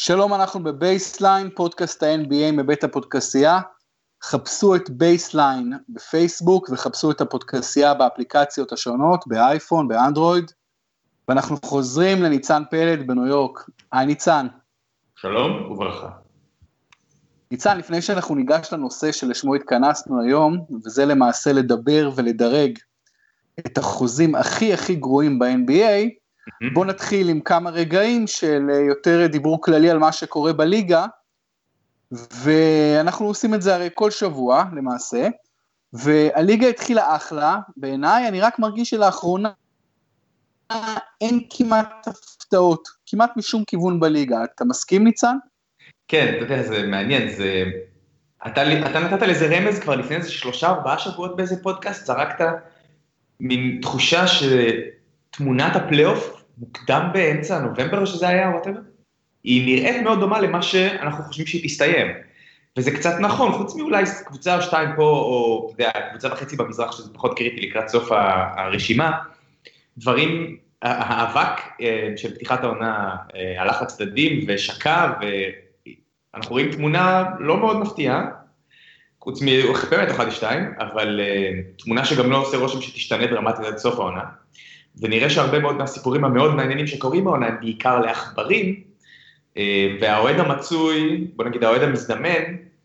שלום, אנחנו בבייסליין, פודקאסט ה-NBA מבית הפודקאסייה. חפשו את בייסליין בפייסבוק וחפשו את הפודקאסייה באפליקציות השונות, באייפון, באנדרואיד. ואנחנו חוזרים לניצן פלד בניו יורק. היי ניצן. שלום וברכה. ניצן, לפני שאנחנו ניגש לנושא שלשמו התכנסנו היום, וזה למעשה לדבר ולדרג את החוזים הכי גרועים ב-NBA, בוא נתחיל עם כמה רגעים של יותר דיבור כללי על מה שקורה בליגה, ואנחנו עושים את זה הרי כל שבוע למעשה, והליגה התחילה אחלה, בעיניי אני רק מרגיש שלאחרונה אין כמעט הפתעות, כמעט משום כיוון בליגה, אתה מסכים ניצן? כן, אתה יודע, זה מעניין, אתה נתת לזה רמז כבר לפני איזה 3-4 שבועות באיזה פודקאסט, זרקת מין תחושה שתמונת הפלייאוף, מוקדם באמצע נובמבר שזה היה, היא נראית מאוד דומה למה שאנחנו חושבים שהיא תסתיים. וזה קצת נכון, חוץ מאולי קבוצה או שתיים פה, או אתה יודע, קבוצה וחצי במזרח, שזה פחות קריטי לקראת סוף הרשימה, דברים, האבק של פתיחת העונה הלך לצדדים ושקע, ואנחנו רואים תמונה לא מאוד מפתיעה, חוץ באמת 1-2, אבל תמונה שגם לא עושה רושם שתשתנה דרמטית עד סוף העונה. ונראה שהרבה מאוד מהסיפורים המאוד מעניינים שקורים בעונה, הם בעיקר לאחברים, והאוהד המצוי, בוא נגיד האוהד המזדמן,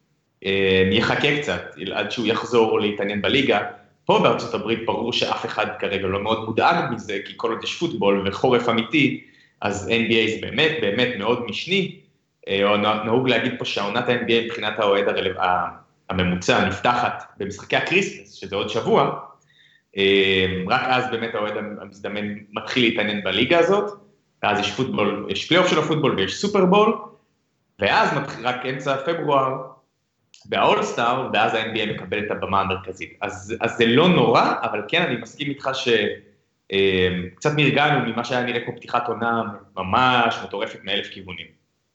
יחכה קצת, עד שהוא יחזור להתעניין בליגה. פה בארצות הברית ברור שאף אחד כרגע לא מאוד מודאג מזה, כי כל עוד יש פוטבול וחורף אמיתי, אז NBA זה באמת מאוד משני, או נהוג להגיד פה שהעונת ה-NBA מבחינת האוהד הממוצע נפתחת במשחקי הקריסמס, שזה עוד שבוע, רק אז באמת האוהד המזדמן מתחיל להתעניין בליגה הזאת, ואז יש פוטבול, יש פלייאוף של הפוטבול ויש סופרבול, ואז רק אמצע פברואר באולסטאר, ואז ה-NBA מקבל את הבמה המרכזית. אז זה לא נורא, אבל כן אני מסכים איתך שקצת נרגענו ממה שהיה נראה פה פתיחת עונה ממש מטורפת מאלף כיוונים.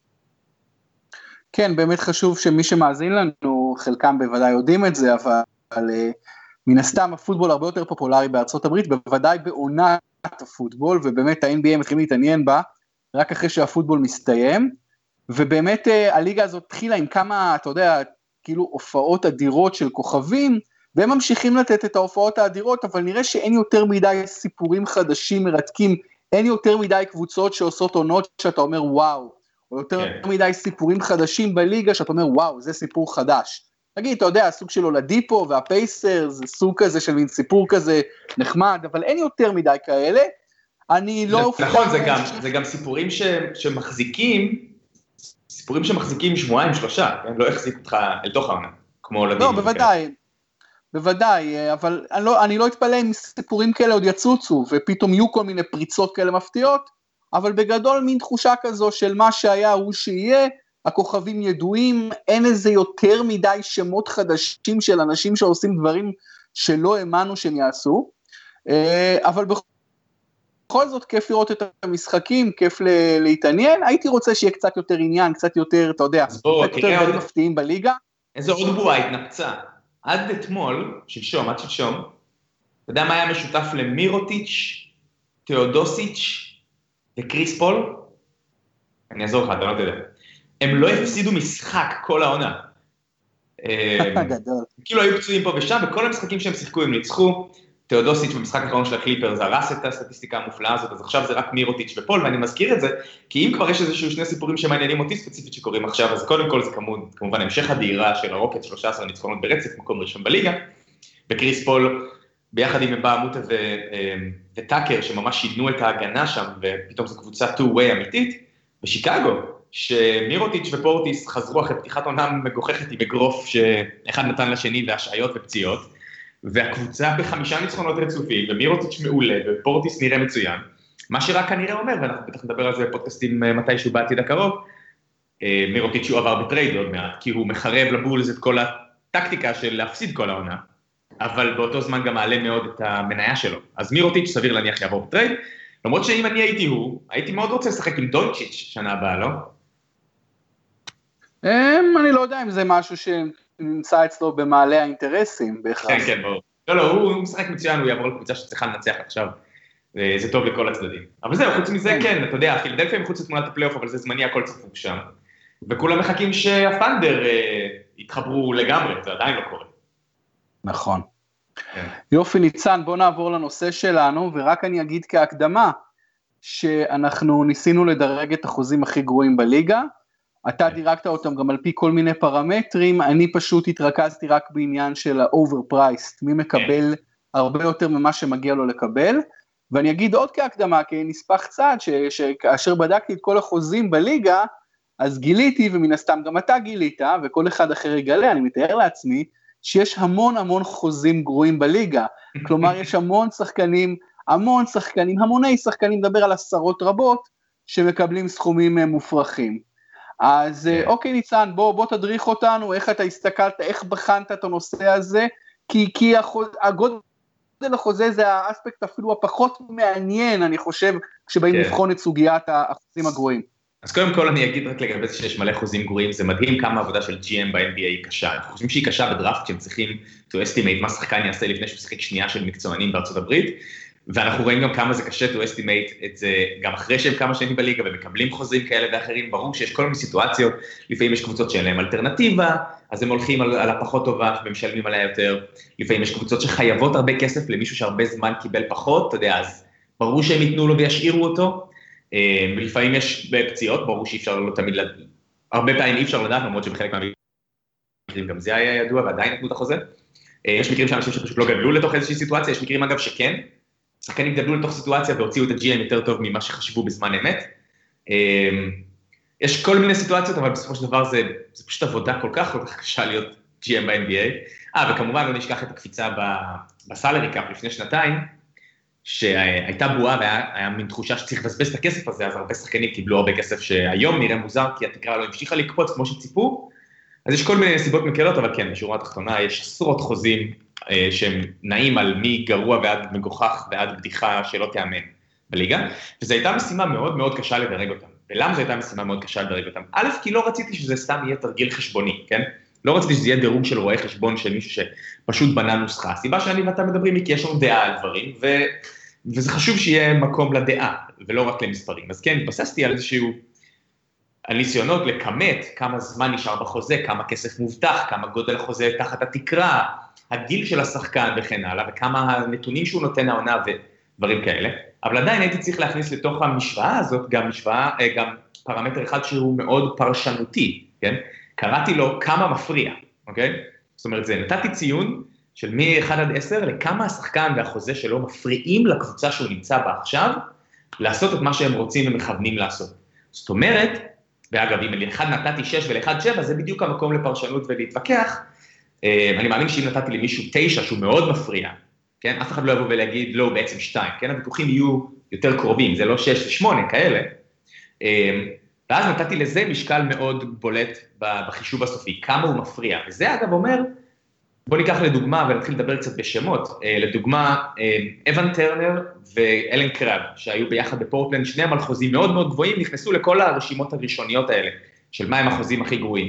כן, באמת חשוב שמי שמאזין לנו, חלקם בוודאי יודעים את זה, אבל מן הסתם הפוטבול הרבה יותר פופולרי בארצות הברית, בוודאי בעונת הפוטבול, ובאמת ה-NBA מתחילים להתעניין בה, רק אחרי שהפוטבול מסתיים, ובאמת הליגה הזאת התחילה עם כמה, אתה יודע, כאילו הופעות אדירות של כוכבים, והם ממשיכים לתת את ההופעות האדירות, אבל נראה שאין יותר מדי סיפורים חדשים מרתקים, אין יותר מדי קבוצות שעושות עונות שאתה אומר וואו, או יותר מדי סיפורים חדשים בליגה שאתה אומר וואו, זה סיפור חדש. תגיד, אתה יודע, הסוג של אולדיפו והפייסר, זה סוג כזה של מין סיפור כזה נחמד, אבל אין יותר מדי כאלה. אני לא... נכון, זה גם סיפורים שמחזיקים 2-3 שבועות, לא החזיק אותך אל תוך העונה, כמו אולדיפו. לא, בוודאי, אבל אני לא אתפלא אם סיפורים כאלה עוד יצוצו, ופתאום יהיו כל מיני פריצות כאלה מפתיעות, אבל בגדול מין תחושה כזו של מה שהיה הוא שיהיה, הכוכבים ידועים, אין איזה יותר מדי שמות חדשים של אנשים שעושים דברים שלא האמנו שהם יעשו, אבל בכל זאת כיף לראות את המשחקים, כיף להתעניין, הייתי רוצה שיהיה קצת יותר עניין, קצת יותר, אתה יודע, קצת יותר דברים מפתיעים בליגה. איזו עוד בועה התנפצה, עד אתמול, עד שלשום, אתה יודע מה היה משותף למירוטיץ', תיאודוסיץ' וקריס פול? אני אעזור לך, אתה לא תדע. הם לא הפסידו משחק כל העונה. גדול. כאילו היו פצועים פה ושם, וכל המשחקים שהם שיחקו הם ניצחו, תיאודוסיץ' במשחק האחרון של הקליפרס הרס את הסטטיסטיקה המופלאה הזאת, אז עכשיו זה רק מירוטיץ' ופול, ואני מזכיר את זה, כי אם כבר יש איזשהו שני סיפורים שמעניינים אותי ספציפית שקורים עכשיו, אז קודם כל זה כמובן המשך הדהירה של הרוקט, 13 ניצחונות ברצף, מקום ראשון בליגה, וקריס פול, ביחד עם מבעמותה וטאקר, שממש שידנו את ההגנה שם, ופתאום זו קבוצה 2-way אמיתית, בשיקגו, שמירוטיץ' ופורטיס חזרו אחרי פתיחת עונה מגוחכת עם אגרוף שאחד נתן לשני והשעיות ופציעות, והקבוצה ב5 ניצחונות רצופים, ומירוטיץ' מעולה, ופורטיס נראה מצוין, מה שרק כנראה אומר, ואנחנו בטח נדבר על זה בפודקאסטים מתישהו בעתיד הקרוב, מירוטיץ' הוא עבר בטרייד עוד מעט, כי הוא מחרב לבולס את כל הטקטיקה של להפסיד כל העונה, אבל באותו זמן גם מעלה מאוד את המניה שלו, אז מירוטיץ' סביר להניח יעבור בטרייד, למרות שאם אני הייתי מאוד רוצה לשחק עם דונצ'יץ' שנה הבאה, לא? אני לא יודע אם זה משהו שנמצא אצלו במעלה האינטרסים בהכרח. כן, ברור. לא, הוא משחק מצוין, הוא יעבור לקבוצה שצריכה לנצח עכשיו, וזה טוב לכל הצדדים. אבל זהו, חוץ מזה, כן, אתה יודע, פילדלפיה מחוץ לתמונת הפלייאוף, אבל זה זמני, הכל צפוק שם. וכולם מחכים שהפנדר יתחברו לגמרי, זה עדיין לא קורה. נכון. יופי ניצן, בוא נעבור לנושא שלנו, ורק אני אגיד כהקדמה, שאנחנו ניסינו לדרג את החוזים הכי גרועים בליגה, אתה דירקת אותם גם על פי כל מיני פרמטרים, אני פשוט התרכזתי רק בעניין של ה-overpriced, מי מקבל הרבה יותר ממה שמגיע לו לקבל, ואני אגיד עוד כהקדמה, כנספח צעד, שכאשר בדקתי את כל החוזים בליגה, אז גיליתי, ומן הסתם גם אתה גילית, וכל אחד אחר יגלה, אני מתאר לעצמי, שיש המון המון חוזים גרועים בליגה, כלומר יש המון שחקנים, המוני שחקנים, מדבר על עשרות רבות, שמקבלים סכומים מופרכים. אז אוקיי ניצן, בוא תדריך אותנו, איך אתה הסתכלת, איך בחנת את הנושא הזה, כי הגודל החוזה זה האספקט אפילו הפחות מעניין, אני חושב, כשבאים לבחון את סוגיית החוזים הגרועים. אז קודם כל אני אגיד רק לגבי זה שיש מלא חוזים גרועים, זה מדהים כמה עבודה של GM ב-NBA היא קשה, אנחנו חושבים שהיא קשה בדראפט, שהם צריכים to estimate מה שחקן יעשה לפני שהוא שחק שנייה של מקצוענים בארצות הברית, ואנחנו רואים גם כמה זה קשה to estimate את זה גם אחרי שהם כמה שנים בליגה, ומקבלים חוזים כאלה ואחרים, ברור שיש כל מיני סיטואציות, לפעמים יש קבוצות שאין להם אלטרנטיבה, אז הם הולכים על הפחות טובה ומשלמים עליה יותר, לפעמים יש קבוצות שחייבות הרבה כסף למישהו שהרבה זמן קיבל פחות, אתה יודע, אז ברור שהם ייתנו לו וישאירו אותו, ולפעמים יש פציעות, ברור שאי אפשר לא תמיד, הרבה פעמים אי אפשר לדעת, למרות שבחלק מהמקרים גם זה היה ידוע, ועדיין נתנו את החוזה. יש מקרים שאנשים שפשוט לא גדלו לתוך איזושהי סיטואציה, יש מקרים אגב שכן, שחקנים גדלו לתוך סיטואציה והוציאו את ה-GM יותר טוב ממה שחשבו בזמן אמת. יש כל מיני סיטואציות, אבל בסופו של דבר זה פשוט עבודה כל כך קשה להיות GM ב-NBA. וכמובן לא נשכח את הקפיצה בסלרי קאפ לפני שנתיים, שהייתה בועה והיה מין תחושה שצריך לבזבז את הכסף הזה, אז הרבה שחקנים קיבלו הרבה כסף שהיום נראה מוזר, כי התקרה לא המשיכה לקפוץ כמו שציפו, אז יש כל מיני סיבות מקלות, אבל כן, בשורה התחתונה יש עשרות חוזים שהם נעים על מי גרוע ועד מגוחך ועד בדיחה שלא תאמן בליגה, וזו הייתה משימה מאוד מאוד קשה לדרג אותם. ולמה זו הייתה משימה מאוד קשה לדרג אותם? א', כי לא רציתי שזה סתם יהיה תרגיל חשבוני, כן? לא רציתי שזה יהיה דירוג של רואה חשבון של מישהו שפשוט בנה נוסחה. הסיבה שאני ואתה מדברים היא כי יש לנו דעה על דברים, וזה חשוב שיהיה מקום לדעה, ולא רק למספרים. אז כן, התבססתי על איזשהו, על ניסיונות לכמת כמה זמן נשאר בחוזה, כמה כסף מובטח, כמה גודל החוזה תחת התקרה, הגיל של השחקן וכן הלאה, וכמה הנתונים שהוא נותן העונה ודברים כאלה. אבל עדיין הייתי צריך להכניס לתוך המשוואה הזאת גם פרמטר אחד שהוא מאוד פרשנותי, כן? קראתי לו כמה מפריע, אוקיי? זאת אומרת, זה נתתי ציון של מ-1 עד 10 לכמה השחקן והחוזה שלו מפריעים לקבוצה שהוא נמצא בה עכשיו, לעשות את מה שהם רוצים ומכוונים לעשות. זאת אומרת, ואגב, אם לאחד נתתי 6 ולאחד 7, זה בדיוק המקום לפרשנות ולהתווכח. אני מאמין שאם נתתי למישהו 9 שהוא מאוד מפריע, כן? אף אחד לא יבוא ולהגיד, לא, בעצם 2, כן? הוויכוחים יהיו יותר קרובים, זה לא 6 ו8 כאלה. ואז נתתי לזה משקל מאוד בולט בחישוב הסופי, כמה הוא מפריע. וזה אגב אומר, בוא ניקח לדוגמה ונתחיל לדבר קצת בשמות, לדוגמה, אבן טרנר ואלן קרב, שהיו ביחד בפורטלנד, שניהם על חוזים מאוד מאוד גבוהים, נכנסו לכל הרשימות הראשוניות האלה, של מה הם החוזים הכי גרועים.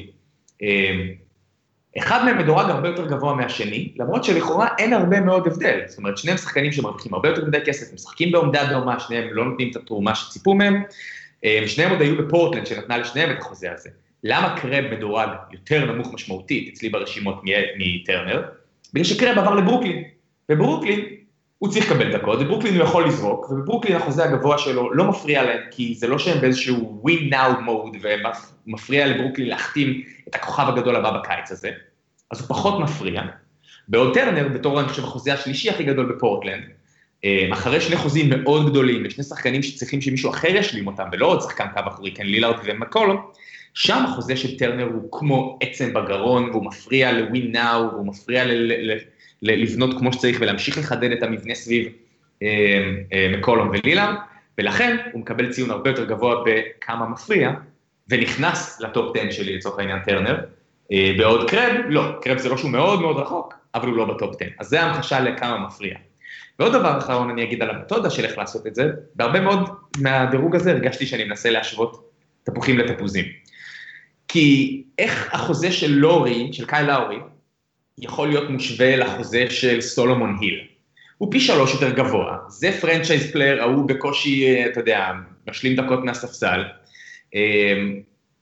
אחד מהם מדורג הרבה יותר גבוה מהשני, למרות שלכאורה אין הרבה מאוד הבדל, זאת אומרת, שניהם שחקנים שמרוויחים הרבה יותר מדי כסף, משחקים בעומדי הדומה, שניהם לא נותנים את התרומה שציפו מהם, שניהם עוד היו בפורטלנד שנתנה לשניהם את החוזה הזה. למה קרב מדורג יותר נמוך משמעותית אצלי ברשימות מטרנר? בגלל שקרב עבר לברוקלין, וברוקלין הוא צריך לקבל דקות, וברוקלין הוא יכול לזרוק, ובברוקלין החוזה הגבוה שלו לא מפריע להם, כי זה לא שהם באיזשהו win now mode, ומפריע לברוקלין להחתים את הכוכב הגדול הבא בקיץ הזה, אז הוא פחות מפריע. בעוד טרנר, בתור אני חושב החוזה השלישי הכי גדול בפורטלנד, אחרי שני חוזים מאוד גדולים, ושני שחקנים שצריכים שמישהו אחר ישלים אותם, ולא עוד שחקן קו אחורי, כן, לילארד ומקולום, שם החוזה של טרנר הוא כמו עצם בגרון, והוא מפריע לווין נאו, והוא מפריע לבנות כמו שצריך, ולהמשיך לחדד את המבנה סביב מקולום ולילארד, ולכן הוא מקבל ציון הרבה יותר גבוה בכמה מפריע, ונכנס לטופ 10 שלי לצורך העניין טרנר, בעוד קרב, לא, קרב זה לא שהוא מאוד מאוד רחוק, אבל הוא לא בטופ 10, אז זה המחשה לכמה מפריע. ועוד דבר אחרון אני אגיד על המתודה של איך לעשות את זה, בהרבה מאוד מהדירוג הזה הרגשתי שאני מנסה להשוות תפוחים לתפוזים. כי איך החוזה של לורי, של קייל לאורי, יכול להיות מושווה לחוזה של סולומון היל? הוא פי 3 יותר גבוה, זה פרנצ'ייז פלייר, הוא בקושי, אתה יודע, משלים דקות מהספסל.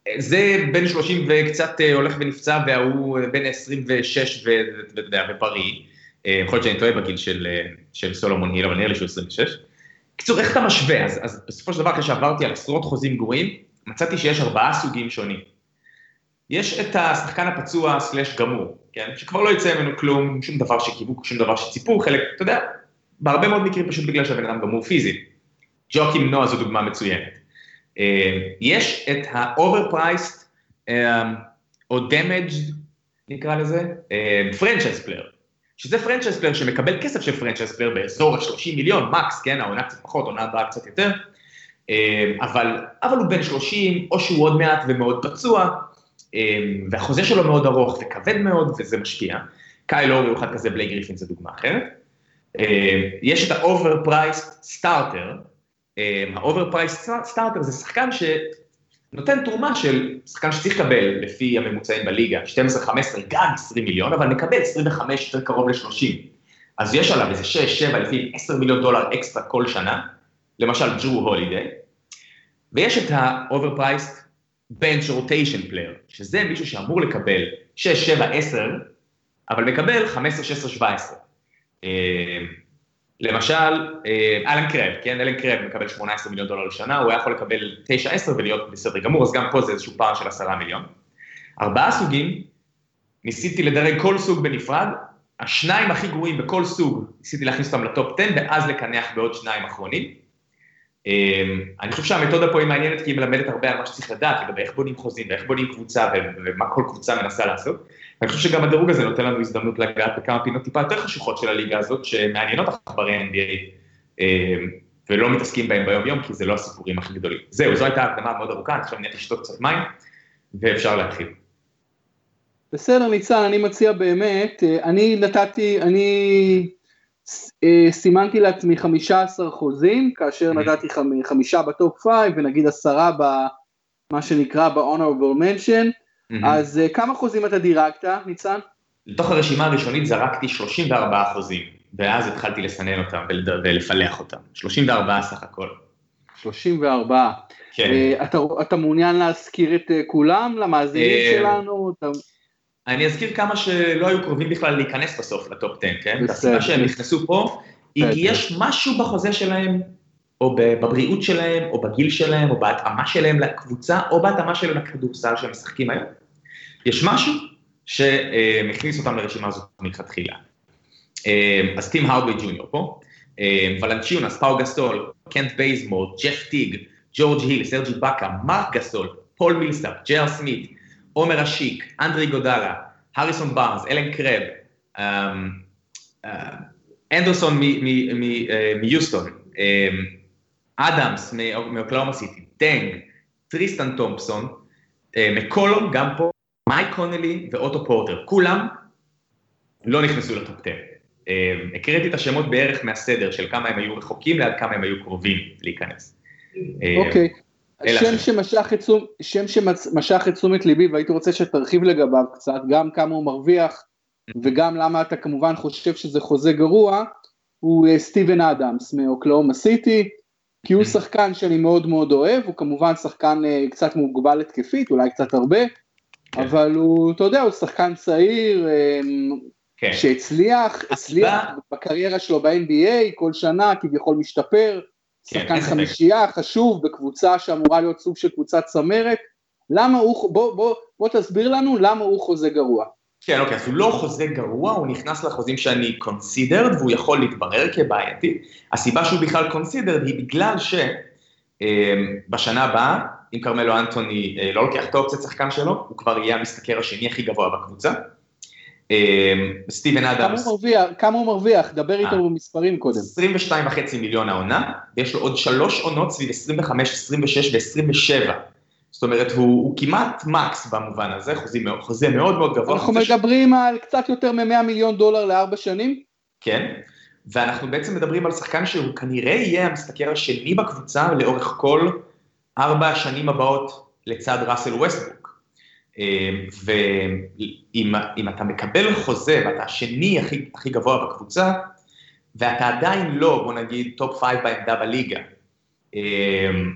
זה בין 30 וקצת הולך ונפצע, והוא בין 26 ופרי, יכול להיות שאני טועה בגיל של סולומון היל, אבל נראה לי שהוא 26. קיצור, איך אתה משווה? אז בסופו של דבר, אחרי שעברתי על עשרות חוזים גרועים, מצאתי שיש 4 סוגים שונים. יש את השחקן הפצוע סלש גמור, כן? שכבר לא יצא ממנו כלום, שום דבר שקיוו, שום דבר שציפו, חלק, אתה יודע, בהרבה מאוד מקרים פשוט בגלל שהבן אדם גמור פיזית. ג'וקים נועה זו דוגמה מצוינת. יש את ה-overpriced, או damaged, נקרא לזה, franchise player, שזה franchise player שמקבל כסף של franchise player באזור ה-30 מיליון, מקס, כן, העונה קצת פחות, העונה הבאה קצת יותר, אבל הוא בין 30, או שהוא עוד מעט ומאוד פצוע, והחוזה שלו מאוד ארוך וכבד מאוד, וזה משפיע. קייל אורי הוא אחד כזה, בלייק גריפין זה דוגמה אחרת. יש את ה-overpriced starter, ה-overpriced starter זה שחקן שנותן תרומה של שחקן שצריך לקבל לפי הממוצעים בליגה, 12-15, גם 20 מיליון, אבל מקבל 25 יותר קרוב ל-30. אז יש עליו איזה 6-7 לפי 10 מיליון דולר אקסטרה כל שנה, למשל ג'רו הולידיי, ויש את ה-overpriced bench rotation player, שזה מישהו שאמור לקבל 6, 7, 10, אבל מקבל 15, 16, 17. למשל, אלן קרב, כן? אלן קרב מקבל 18 מיליון דולר לשנה, הוא היה יכול לקבל 9, 10 ולהיות בסדר גמור, אז גם פה זה איזשהו פער של 10 מיליון. 4 סוגים, ניסיתי לדרג כל סוג בנפרד, השניים הכי גרועים בכל סוג, ניסיתי להכניס אותם לטופ 10, ואז לקנח בעוד 2 אחרונים. אני חושב שהמתודה פה היא מעניינת, כי היא מלמדת הרבה על מה שצריך לדעת, לגבי איך בונים חוזים, ואיך בונים קבוצה, ומה כל קבוצה מנסה לעשות. אני חושב שגם הדירוג הזה נותן לנו הזדמנות לגעת בכמה פינות טיפה יותר חשוכות של הליגה הזאת, שמעניינות אחרי NBA, ולא מתעסקים בהם ביום יום, כי זה לא הסיפורים הכי גדולים. זהו, זו הייתה הקדמה מאוד ארוכה, עכשיו נהיה לשתות קצת מים, ואפשר להתחיל. בסדר, ניצן, אני מציע באמת, אני סימנתי לעצמי 15 חוזים, כאשר נתתי 5 בטופ 5, ונגיד 10 במה שנקרא ב-honorable mention, אז כמה חוזים אתה דירגת, ניצן? לתוך הרשימה הראשונית זרקתי 34 חוזים, ואז התחלתי לסנן אותם ולפלח אותם, 34 סך הכל. 34. כן. אתה מעוניין להזכיר את כולם, למאזינים שלנו? אני אזכיר כמה שלא היו קרובים בכלל להיכנס בסוף לטופ 10, כן? הסיבה שהם נכנסו פה, היא כי יש משהו בחוזה שלהם, או בבריאות שלהם, או בגיל שלהם, או בהתאמה שלהם לקבוצה, או בהתאמה שלהם לכדורסל שהם משחקים היום. יש משהו שמכניס אותם לרשימה הזאת מלכתחילה. אז טים הרדווי ג'וניור פה, ולנצ'יונס, פאו גסול, קנט בייזמור, ג'ף טיג, ג'ורג' היל, סרג'י בקה, מרק גסול, פול מילסאפ, ג'ר סמית, עומר אשיק, אנדרי גודלה, הריסון בארנס, אלן קרב, אנדרסון מיוסטון, אדמס מאוקלאומה סיטי, דנג, טריסטן תומפסון, מקולום גם פה, מייק קונלי ואוטו פורטר, כולם לא נכנסו לטופ 10. הקראתי את השמות בערך מהסדר של כמה הם היו רחוקים לעד כמה הם היו קרובים להיכנס. אוקיי. שם שמשך את תשומת ליבי, והייתי רוצה שתרחיב לגביו קצת, גם כמה הוא מרוויח, וגם למה אתה כמובן חושב שזה חוזה גרוע, הוא סטיבן אדמס מאוקלאומה סיטי, כי הוא שחקן שאני מאוד מאוד אוהב, הוא כמובן שחקן קצת מוגבל התקפית, אולי קצת הרבה, אבל הוא, אתה יודע, הוא שחקן צעיר, שהצליח בקריירה שלו ב-NBA, כל שנה כביכול משתפר, שחקן חמישייה, חשוב, בקבוצה שאמורה להיות סוג של קבוצת צמרת, למה הוא, בוא תסביר לנו למה הוא חוזה גרוע. כן, אוקיי, אז הוא לא חוזה גרוע, הוא נכנס לחוזים שאני considered, והוא יכול להתברר כבעייתי. הסיבה שהוא בכלל considered היא בגלל שבשנה הבאה, אם קרמלו אנטוני לא לוקח את האופציית שחקן שלו, הוא כבר יהיה המשתכר השני הכי גבוה בקבוצה. סטיבן אדמס. כמה הוא מרוויח? דבר איתו במספרים קודם. 22.5 מיליון העונה, ויש לו עוד 3 עונות סביב 25, 26 ו-27. זאת אומרת, הוא כמעט מקס במובן הזה, חוזה מאוד מאוד גבוה. אנחנו מדברים על קצת יותר מ$100 מיליון ל4 שנים? כן, ואנחנו בעצם מדברים על שחקן שהוא כנראה יהיה המשתכר השני בקבוצה לאורך כל 4 השנים הבאות לצד ראסל ווסטברוק. ואם אתה מקבל חוזה ואתה השני הכי גבוה בקבוצה, ואתה עדיין לא, בוא נגיד, טופ 5 בעמדה בליגה,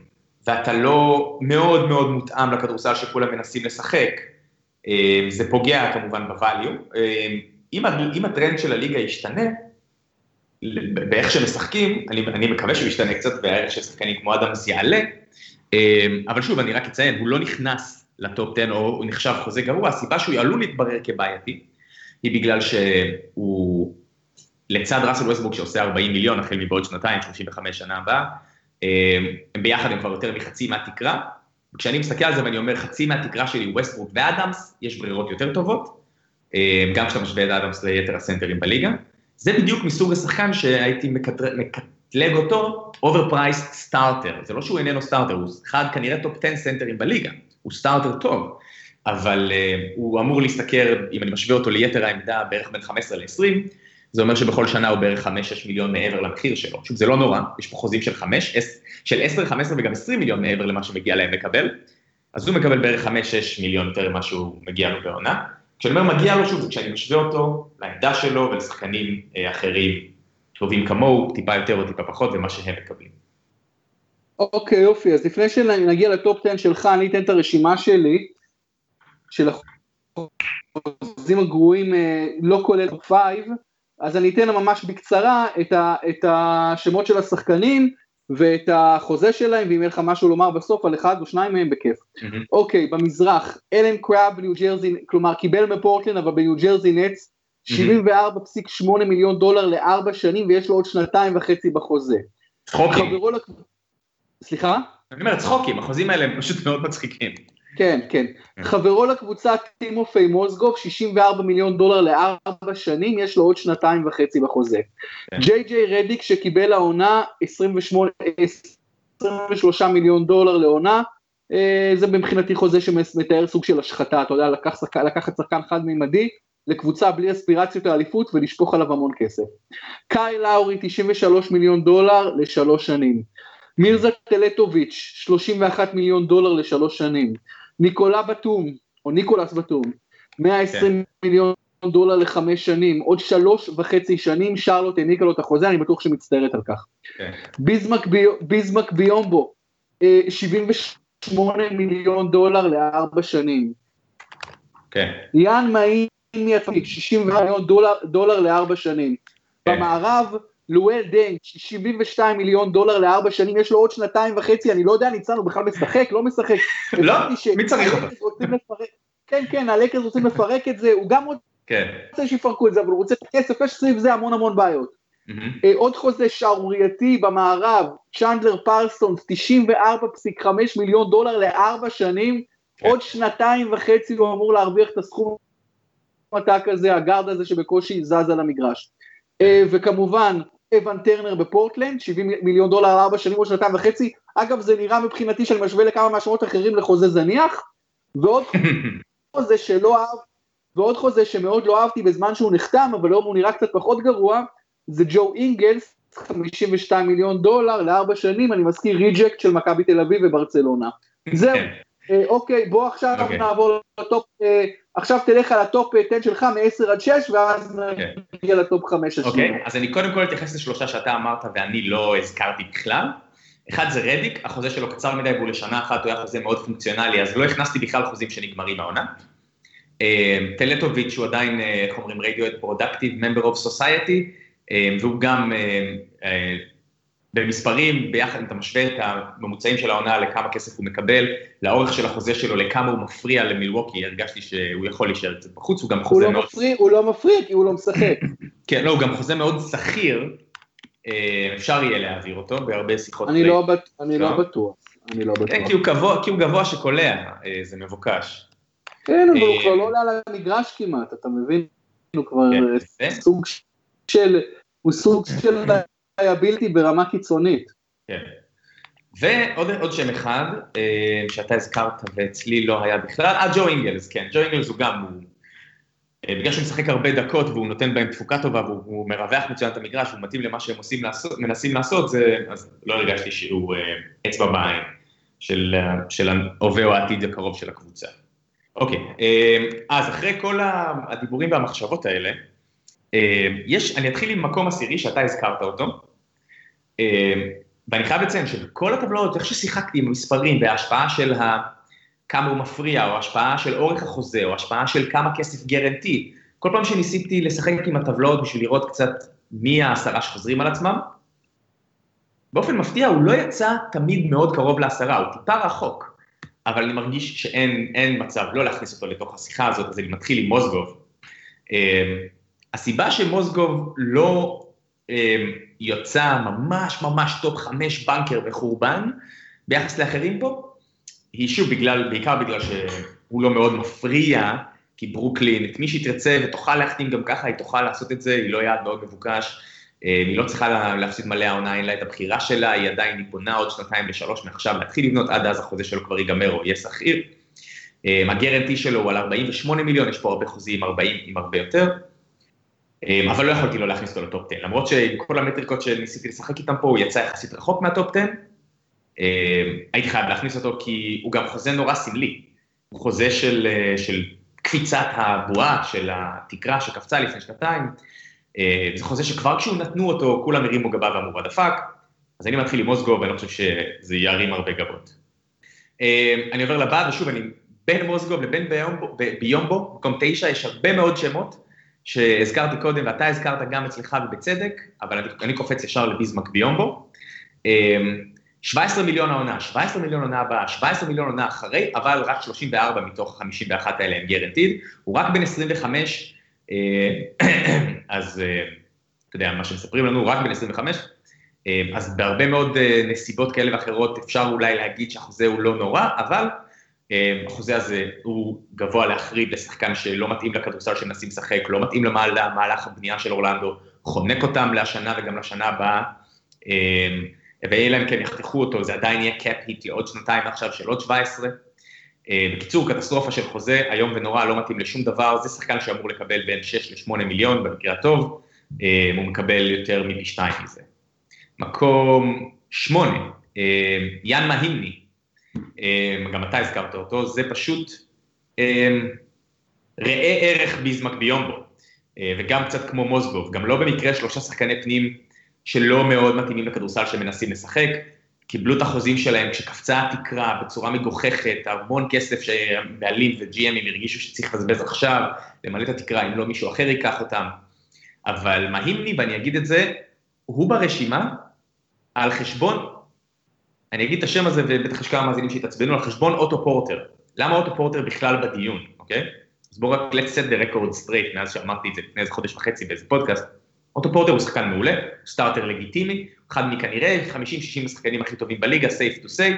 ואתה לא מאוד מאוד מותאם לכדורסל שכולם מנסים לשחק, זה פוגע כמובן בווליו. אם הטרנד של הליגה ישתנה, באיך שמשחקים, אני מקווה שהוא ישתנה קצת, והערך של שחקנים כמו אדמס יעלה, אבל שוב, אני רק אציין, הוא לא נכנס לטופ 10, או הוא נחשב חוזה גרוע, הסיבה שהוא עלול להתברר כבעייתי, היא בגלל שהוא, לצד ראסל ווסטברוק שעושה 40 מיליון, החל מבעוד שנתיים, 35 שנה הבאה, הם ביחד הם כבר יותר מחצי מהתקרה, וכשאני מסתכל על זה ואני אומר, חצי מהתקרה שלי ווסטברוק ואדמס, יש ברירות יותר טובות, גם כשאתה משווה את אדמס ליתר הסנטרים בליגה, זה בדיוק מסוג השחקן שהייתי מקטלג אותו, overpriced סטארטר, זה לא שהוא איננו סטארטר, הוא אחד כנראה טופ 10 סנטרים בליגה, הוא סטארטר טוב, אבל הוא אמור להסתכר, אם אני משווה אותו ליתר העמדה, בערך בין 15 ל-20, זה אומר שבכל שנה הוא בערך 5-6 מיליון מעבר למחיר שלו, שוב זה לא נורא, יש פה חוזים של 10, 15 וגם 20 מיליון מעבר למה שמגיע להם לקבל, אז הוא מקבל בערך 5-6 מיליון יותר ממה שהוא מגיע לו בעונה, כשאני אומר מגיע לו, שוב, זה כשאני משווה אותו לעמדה שלו ולשחקנים אחרים טובים כמוהו, טיפה יותר או טיפה פחות, ומה שהם מקבלים. אוקיי, יופי, אז לפני שנגיע לטופ 10 שלך, אני אתן את הרשימה שלי, של החוזים הגרועים, לא כולל טופ 5, אז אני אתן ממש בקצרה את השמות של השחקנים, ואת החוזה שלהם, ואם יהיה לך משהו לומר בסוף, על אחד או שניים מהם בכיף. אוקיי, במזרח, אלן קראב, ניו ג'רזי, כלומר, קיבל מפורטלנד, אבל בניו ג'רזי נטס, $74.8 מיליון ל4 שנים, ויש לו עוד 2.5 בחוזה. צחוקים. סליחה? אני אומר, צחוקים, החוזים האלה הם פשוט מאוד מצחיקים. כן, כן. חברו לקבוצה טימופי מוזגוב, $64 מיליון ל4 שנים, יש לו עוד 2.5 בחוזה. ג'יי ג'יי רדיק שקיבל העונה, 23 מיליון דולר לעונה, זה מבחינתי חוזה שמתאר סוג של השחתה, אתה יודע, לקחת שחקן חד מימדי, לקבוצה בלי אספירציות האליפות, ולשפוך עליו המון כסף. קאי לאורי, $93 מיליון ל3 שנים. מירזה טלטוביץ', $31 מיליון ל3 שנים. ניקולס בטום, $120 מיליון ל5 שנים, עוד 3.5 שנים, שרלוט העניקה לו את החוזה, אני בטוח שמצטערת על כך. ביזמק ביומבו, $78 מיליון ל4 שנים. יאן מאין יפיק, $60 מיליון ל4 שנים. במערב, לואל דיינק, $72 מיליון ל4 שנים, יש לו עוד 2.5, אני לא יודע, ניצן, הוא בכלל משחק, לא משחק. לא, מי צריך אותו? כן, כן, הלקרס רוצים לפרק את זה, הוא גם רוצה שיפרקו את זה, אבל הוא רוצה את הכסף, יש סביב זה המון בעיות. עוד חוזה שערורייתי במערב, צ'נדלר פרסונס, $94.5 מיליון ל4 שנים, עוד 2.5 הוא אמור להרוויח את הסכום עתק הזה, הגארד הזה שבקושי זז על המגרש. וכמובן, אבן טרנר בפורטלנד, $70 מיליון ל4 שנים או 2.5, אגב זה נראה מבחינתי שאני משווה לכמה מהשמות אחרים לחוזה זניח, ועוד חוזה שמאוד לא אהבתי בזמן שהוא נחתם, אבל היום הוא נראה קצת פחות גרוע, זה ג'ו אינגלס, $52 מיליון ל4 שנים, אני מזכיר ריג'קט של מכבי תל אביב וברצלונה. זהו, אוקיי, בוא עכשיו נעבור לטופ, עכשיו תלך על הטופ 10 שלך מ-10 עד 6, ואז נגיע לטופ 5 השני. אוקיי, אז אני קודם כל אתייחס לשלושה שאתה אמרת, ואני לא הזכרתי בכלל. אחד זה רדיק, החוזה שלו קצר מדי, והוא לשנה אחת, הוא היה חוזה מאוד פונקציונלי, אז לא הכנסתי בכלל חוזים שנגמרים העונה. טלטוביץ' הוא עדיין, איך אומרים, רדיואט פרודקטיב, member of society, והוא גם במספרים, ביחד אם אתה משווה את הממוצעים של העונה לכמה כסף הוא מקבל, לאורך של החוזה שלו, לכמה הוא מפריע למילווקי, הרגשתי שהוא יכול להישאר קצת בחוץ, הוא גם חוזה מאוד... הוא לא מפריע כי הוא לא משחק. כן, לא, הוא גם חוזה מאוד שכיר, אפשר יהיה להעביר אותו בהרבה שיחות. אני לא בטוח. כי הוא גבוה שקולע, זה מבוקש. כן, אבל הוא כבר לא עולה על המגרש כמעט, אתה מבין? הוא כבר סוג של... הוא סוג של ליאביליטי ברמה קיצונית. כן. ועוד שם אחד, שאתה הזכרת ואצלי לא היה בכלל, ג'ו אינגלס, כן, ג'ו אינגלס הוא גם, בגלל שהוא משחק הרבה דקות והוא נותן בהם תפוקה טובה, והוא מרווח מצוין את המגרש, הוא מתאים למה שהם מנסים לעשות, אז לא הרגשתי שהוא אצבע בעין של ההווה או העתיד הקרוב של הקבוצה. אוקיי, אז אחרי כל הדיבורים והמחשבות האלה, אני אתחיל עם מקום עשירי שאתה הזכרת אותו, ואני חייב לציין שבכל הטבלאות, איך ששיחקתי עם המספרים, וההשפעה של כמה הוא מפריע, או השפעה של אורך החוזה, או השפעה של כמה כסף גרנטי, כל פעם שניסיתי לשחק עם הטבלאות בשביל לראות קצת מי העשרה שחוזרים על עצמם, באופן מפתיע הוא לא יצא תמיד מאוד קרוב לעשרה, הוא טיפה רחוק, אבל אני מרגיש שאין מצב לא להכניס אותו לתוך השיחה הזאת, אז אני מתחיל עם מוזגוב. הסיבה שמוזגוב לא יוצא ממש טופ 5 בנקר וחורבן, ביחס לאחרים פה, היא שוב בעיקר בגלל שהוא לא מאוד מפריע, כי ברוקלין, את מי שהיא תרצה ותוכל להחתים גם ככה, היא תוכל לעשות את זה, היא לא יעד מאוד מבוקש, היא לא צריכה להפסיד מלא העונה, אין לה את הבחירה שלה, היא עדיין בונה עוד 2-3 מעכשיו, להתחיל לבנות עד אז החוזה שלו כבר ייגמר או יהיה שכיר. הגרנטי שלו הוא על 48 מיליון, יש פה הרבה חוזים 40 עם הרבה יותר, אבל לא יכולתי לא להכניס אותו לטופ 10, למרות שעם כל המטריקות שניסיתי לשחק איתם פה, הוא יצא יחסית רחוק מהטופ 10, הייתי חייב להכניס אותו כי הוא גם חוזה נורא סמלי, הוא חוזה של קפיצת הבועה של התקרה שקפצה לפני שנתיים, זה חוזה שכבר כשהוא נתנו אותו, כולם הרימו גבה ואמרו בדפק, אז אני מתחיל עם מוזגוב, ואני לא חושב שזה ירים הרבה גבות. אני עובר לבא, ושוב, אני בין מוזגוב לבין ביומבו, מקום 9, יש הרבה מאוד שמות, שהזכרתי קודם, ואתה הזכרת גם אצלך ובצדק, אבל אני קופץ ישר לביזמק ביומבו, 17 מיליון העונה, 17 מיליון עונה הבאה, 17 מיליון עונה אחרי, אבל רק 34 מתוך 51 האלה הם גרנטיד, הוא רק בין 25, אז אתה יודע, מה שמספרים לנו, רק בין 25, אז בהרבה מאוד נסיבות כאלה ואחרות אפשר אולי להגיד שהחוזה הוא לא נורא, אבל החוזה הזה הוא גבוה להחריד לשחקן שלא מתאים לכדורסל שמנסים לשחק, לא מתאים למהלך הבנייה של אורלנדו, חונק אותם לשנה וגם לשנה הבאה, ואלה הם כן יחתכו אותו, זה עדיין יהיה קאפ היט לעוד שנתיים עכשיו של עוד 17, בקיצור, קטסטרופה של חוזה, היום ונורא, לא מתאים לשום דבר, זה שחקן שאמור לקבל בין 6 ל-8 מיליון, במקרה הטוב, הוא מקבל יותר מפי 2 מזה. מקום 8, יאן מהימני, גם אתה הזכרת אותו, זה פשוט ראה ערך ביזמק ביומבו, וגם קצת כמו מוזגוב, גם לא במקרה 3 שחקני פנים שלא מאוד מתאימים לכדורסל שמנסים לשחק, קיבלו את החוזים שלהם כשקפצה התקרה בצורה מגוחכת, המון כסף שבעלים ו-GMים הרגישו שצריך לבזבז עכשיו, למלא את התקרה אם לא מישהו אחר ייקח אותם, אבל מהימני, ואני אגיד את זה, הוא ברשימה על חשבון, אני אגיד את השם הזה ובטח יש כמה מאזינים שהתעצבנו, על חשבון אוטו פורטר. למה אוטו פורטר בכלל בדיון, אוקיי? אז בואו רק let's set the record straight, מאז שאמרתי את זה לפני איזה חודש וחצי באיזה פודקאסט, אוטו פורטר הוא שחקן מעולה, סטארטר לגיטימי, אחד מכנראה 50-60 השחקנים הכי טובים בליגה, safe to say,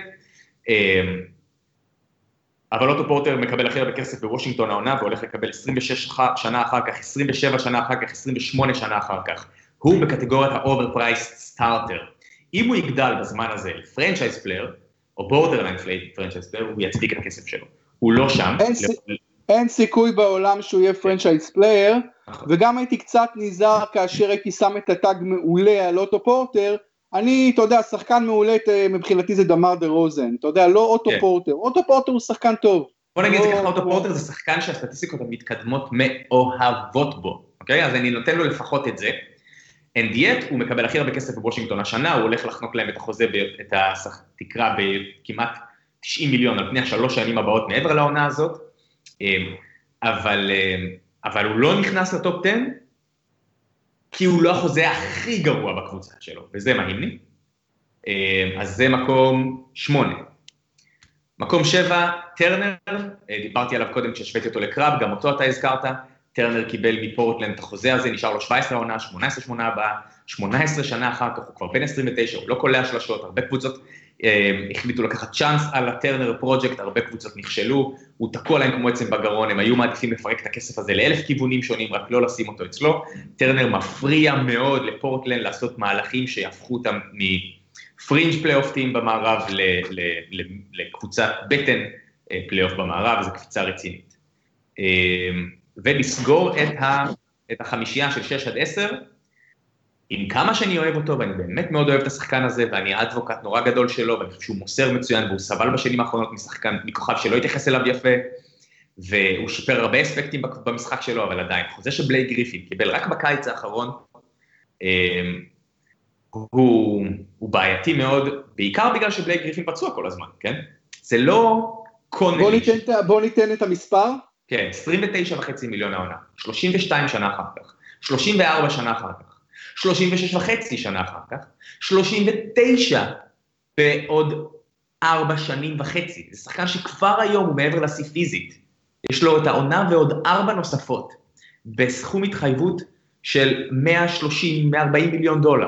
אבל אוטו פורטר מקבל הכי הרבה כסף בוושינגטון העונה, והולך לקבל 26 שנה אחר כך, 27 שנה אחר כך, 28 שנה אחר כך. הוא בקטגוריית ה-overpriced סטארטר. אם הוא יגדל בזמן הזה לפרנצ'ייז פלייר, או בורדרליין פרנצ'ייז פלייר, הוא יצדיק את הכסף שלו. הוא לא שם. אין סיכוי בעולם שהוא יהיה פרנצ'ייז פלייר, וגם הייתי קצת נזהר כאשר הייתי שם את הטאג מעולה על אוטו פורטר, אני, אתה יודע, שחקן מעולה מבחינתי זה דמר דה רוזן, אתה יודע, לא אוטו פורטר, אוטו פורטר הוא שחקן טוב. בוא נגיד זה ככה, אוטו פורטר זה שחקן שהסטטיסטיקות המתקדמות מאוהבות בו, אוקיי? אז אני נותן לו לפחות את זה, and yet הוא מקבל הכי הרבה כסף בוושינגטון השנה, הוא הולך לחנוק להם את החוזה, את התקרה בכמעט 90 מיליון על פני 3 שנים הבאות מעבר לעונה הזאת, אבל הוא לא נכנס לטופ 10, כי הוא לא החוזה הכי גרוע בקבוצה שלו, וזה מהימני. אז זה מקום 8. מקום 7, טרנר, דיברתי עליו קודם כשהשוויתי אותו לקרב, גם אותו אתה הזכרת, טרנר קיבל מפורטלנד את החוזה הזה, נשאר לו 17 עונה, 18 שנה הבאה, 18 שנה אחר כך, הוא כבר בין 29, הוא לא קולע שלשות, הרבה קבוצות החליטו לקחת צ'אנס על הטרנר פרוג'קט, הרבה קבוצות נכשלו, הוא תקוע להם כמו עצם בגרון, הם היו מעדיפים לפרק את הכסף הזה ל1000 כיוונים שונים, רק לא לשים אותו אצלו, טרנר מפריע מאוד לפורטלנד לעשות מהלכים שיהפכו אותם מפרינג' פלייאוף טים במערב לקבוצת בטן פלייאוף במערב, וזו קפיצה רצינית. ולסגור את החמישייה של 6-10, עם כמה שאני אוהב אותו, ואני באמת מאוד אוהב את השחקן הזה, ואני אדבוקט נורא גדול שלו, ואני חושב שהוא מוסר מצוין, והוא סבל בשנים האחרונות משחקן, מכוכב שלא התייחס אליו יפה, והוא שיפר הרבה אספקטים במשחק שלו, אבל עדיין, חוזה שבלייק גריפין קיבל רק בקיץ האחרון, הוא בעייתי מאוד, בעיקר בגלל שבלייק גריפין פצוע כל הזמן, כן? זה לא קונלי. בוא ניתן את המספר. כן, 29.5 מיליון העונה, 32 שנה אחר כך, 34 שנה אחר כך, 36.5 שנה אחר כך, 39 בעוד 4 שנים וחצי. זה שחקן שכבר היום הוא מעבר לשיא פיזית. יש לו את העונה ועוד 4 נוספות, בסכום התחייבות של 130-140 מיליון דולר.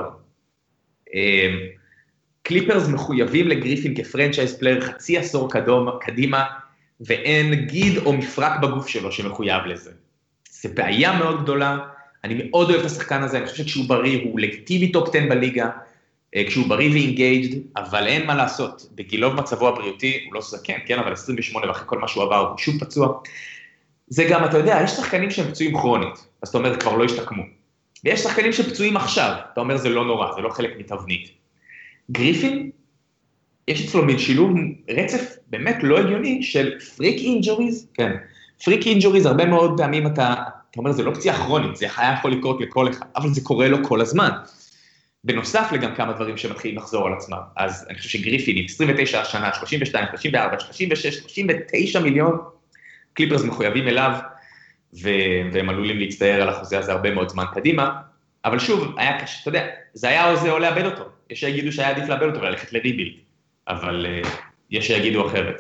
קליפרס מחויבים לגריפין כפרנצ'ייז פלייר חצי עשור קדימה, ואין גיד או מפרק בגוף שלו שמחויב לזה. זה בעיה מאוד גדולה, אני מאוד אוהב את השחקן הזה, אני חושב שכשהוא בריא הוא לגיטימי טופ 10 בליגה, כשהוא בריא ואינגייג'ד, אבל אין מה לעשות, בגילו במצבו הבריאותי, הוא לא זקן, כן, אבל 28 ואחרי כל מה שהוא עבר, הוא שוב פצוע. זה גם, אתה יודע, יש שחקנים שהם פצועים כרונית, אז אתה אומר, כבר לא השתקמו. ויש שחקנים שפצועים עכשיו, אתה אומר, זה לא נורא, זה לא חלק מתבנית. גריפין, יש אצלו מין שילוב רצף באמת לא הגיוני של פריק אינג'וריז, כן, פריק אינג'וריז, הרבה מאוד פעמים אתה אומר, זה לא פציעה כרונית, זה היה יכול לקרות לכל אחד, אבל זה קורה לו כל הזמן. בנוסף לגם כמה דברים שמתחילים לחזור על עצמם, אז אני חושב שגריפין עם 29 השנה, 32, 34, 36, 39 מיליון, קליפרס מחויבים אליו, והם עלולים להצטער על החוזה הזה הרבה מאוד זמן קדימה, אבל שוב, היה קשה, אתה יודע, זה היה או זה או לאבד אותו, יש שיגידו שהיה עדיף לאבד אותו וללכת לריבילד, אבל יש שיגידו אחרת.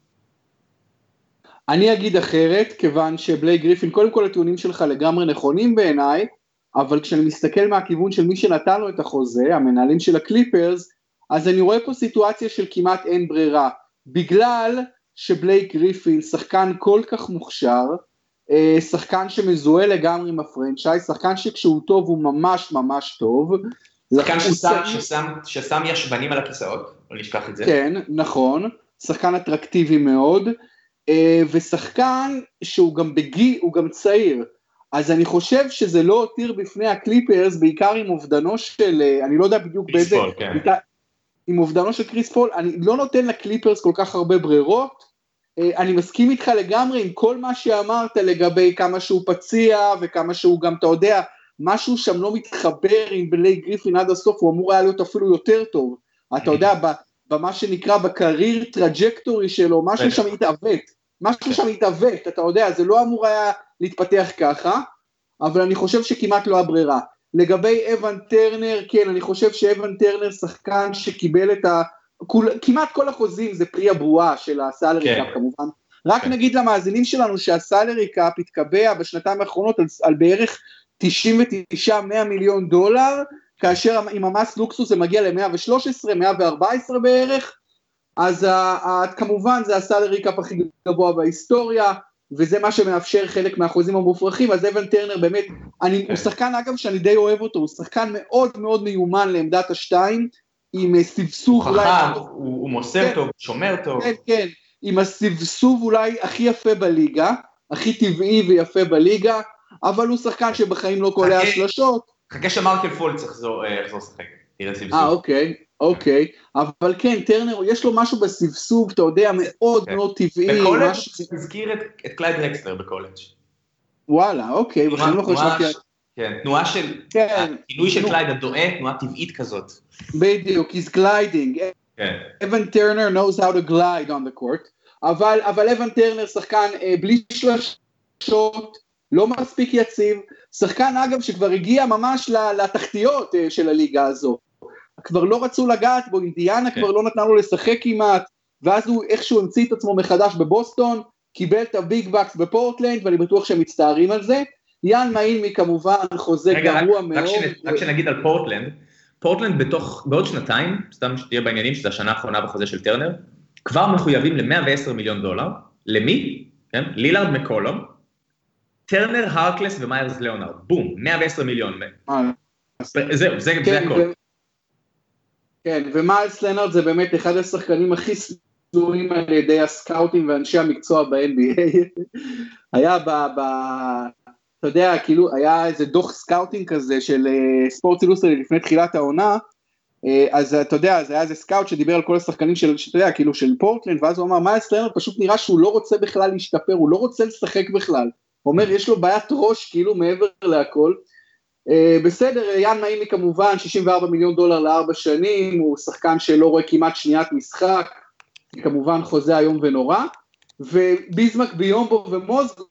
אני אגיד אחרת, כיוון שבלייק גריפין, קודם כל הטיעונים שלך לגמרי נכונים בעיניי, אבל כשאני מסתכל מהכיוון של מי שנתן לו את החוזה, המנהלים של הקליפרס, אז אני רואה פה סיטואציה של כמעט אין ברירה, בגלל שבלייק גריפין שחקן כל כך מוכשר, שחקן שמזוהה לגמרי עם הפרנצ'ייז, שחקן שכשהוא טוב הוא ממש ממש טוב, שחקן ששם ישבנים על הכיסאות, לא נשכח את זה. כן, נכון, שחקן אטרקטיבי מאוד, ושחקן שהוא גם בגיל, הוא גם צעיר, אז אני חושב שזה לא הותיר בפני הקליפרס, בעיקר עם אובדנו של, אני לא יודע בדיוק באיזה, עם אובדנו של קריס פול, אני לא נותן לקליפרס כל כך הרבה ברירות, אני מסכים איתך לגמרי עם כל מה שאמרת לגבי כמה שהוא פציע, וכמה שהוא גם, אתה יודע, משהו שם לא מתחבר עם בלייק גריפין עד הסוף, הוא אמור היה להיות אפילו יותר טוב, אתה יודע, במה שנקרא בקרייר טראג'קטורי שלו, משהו שם התעוות, אתה יודע, זה לא אמור היה להתפתח ככה, אבל אני חושב שכמעט לא הברירה. לגבי אבן טרנר, כן, אני חושב שאבן טרנר שחקן שקיבל את כמעט כל החוזים זה פרי הבועה של הסלרי קאפ כמובן, רק נגיד למאזינים שלנו שהסלרי קאפ התקבע בשנתיים האחרונות על בערך 99-100 מיליון דולר, כאשר עם המס לוקסוס זה מגיע ל-113, 114 בערך, אז כמובן זה הסלרי קאפ הכי גבוה בהיסטוריה, וזה מה שמאפשר חלק מהחוזים המופרכים, אז אבן טרנר באמת, הוא שחקן אגב שאני די אוהב אותו, הוא שחקן מאוד מאוד מיומן לעמדת השתיים, עם סבסוב אולי... הוא מוסר טוב, שומר טוב. כן, כן, עם הסבסוב אולי הכי יפה בליגה, הכי טבעי ויפה בליגה, אבל הוא שחקן שבחיים לא קולע שלשות. חכה שמרקל פולץ יחזור שחק, תראה סבסוב. אוקיי, אבל כן, טרנר, יש לו משהו בסבסוב, אתה יודע, מאוד מאוד טבעי. בקולג' תזכיר את קלייד רקסלר בקולג'. וואלה, אוקיי, בכלל לא חושבתי... כן, תנועה של, הכינוי של קלייד הדועה, תנועה טבעית כזאת. בדיוק, he's gliding. אבן טרנר knows how to glide on the court, אבל אבן טרנר שחקן בלי שלשות, לא מספיק יציב, שחקן אגב שכבר הגיע ממש לתחתיות של הליגה הזו, כבר לא רצו לגעת בו, אינדיאנה כבר לא נתנה לו לשחק כמעט, ואז הוא איכשהו המציא את עצמו מחדש בבוסטון, קיבל את הביג בקס בפורטלנד, ואני בטוח שהם מצטערים על זה. יאן מאילמי כמובן חוזה גרוע מאוד. רק שנגיד על פורטלנד בעוד שנתיים, סתם שתהיה בעניינים, שזה השנה האחרונה בחוזה של טרנר, כבר מחויבים ל-110 מיליון דולר, למי? לילארד מקולום, טרנר, הרקלס ומיירס ליאונרד, בום, 110 מיליון. זהו, זה הכל. כן, ומיילס לנארד זה באמת אחד השחקנים הכי סדורים על ידי הסקאוטים ואנשי המקצוע ב-NBA. היה אתה יודע, כאילו, היה איזה דוח סקאוטינג כזה של ספורט אילוסטרייטד לפני תחילת העונה, אז אתה יודע, זה היה איזה סקאוט שדיבר על כל השחקנים שאתה יודע, כאילו של פורטלנד, ואז הוא אמר, מיילס לנארד פשוט נראה שהוא לא רוצה בכלל להשתפר, הוא לא רוצה לשחק בכלל. הוא אומר, יש לו בעיית ראש, כאילו, מעבר להכל, בסדר, יאן מאימי כמובן, $64 מיליון ל4 שנים, הוא שחקן שלא רואה כמעט שניית משחק, כמובן חוזה היום ונורא, וביזמק ביומבו ומוזגו,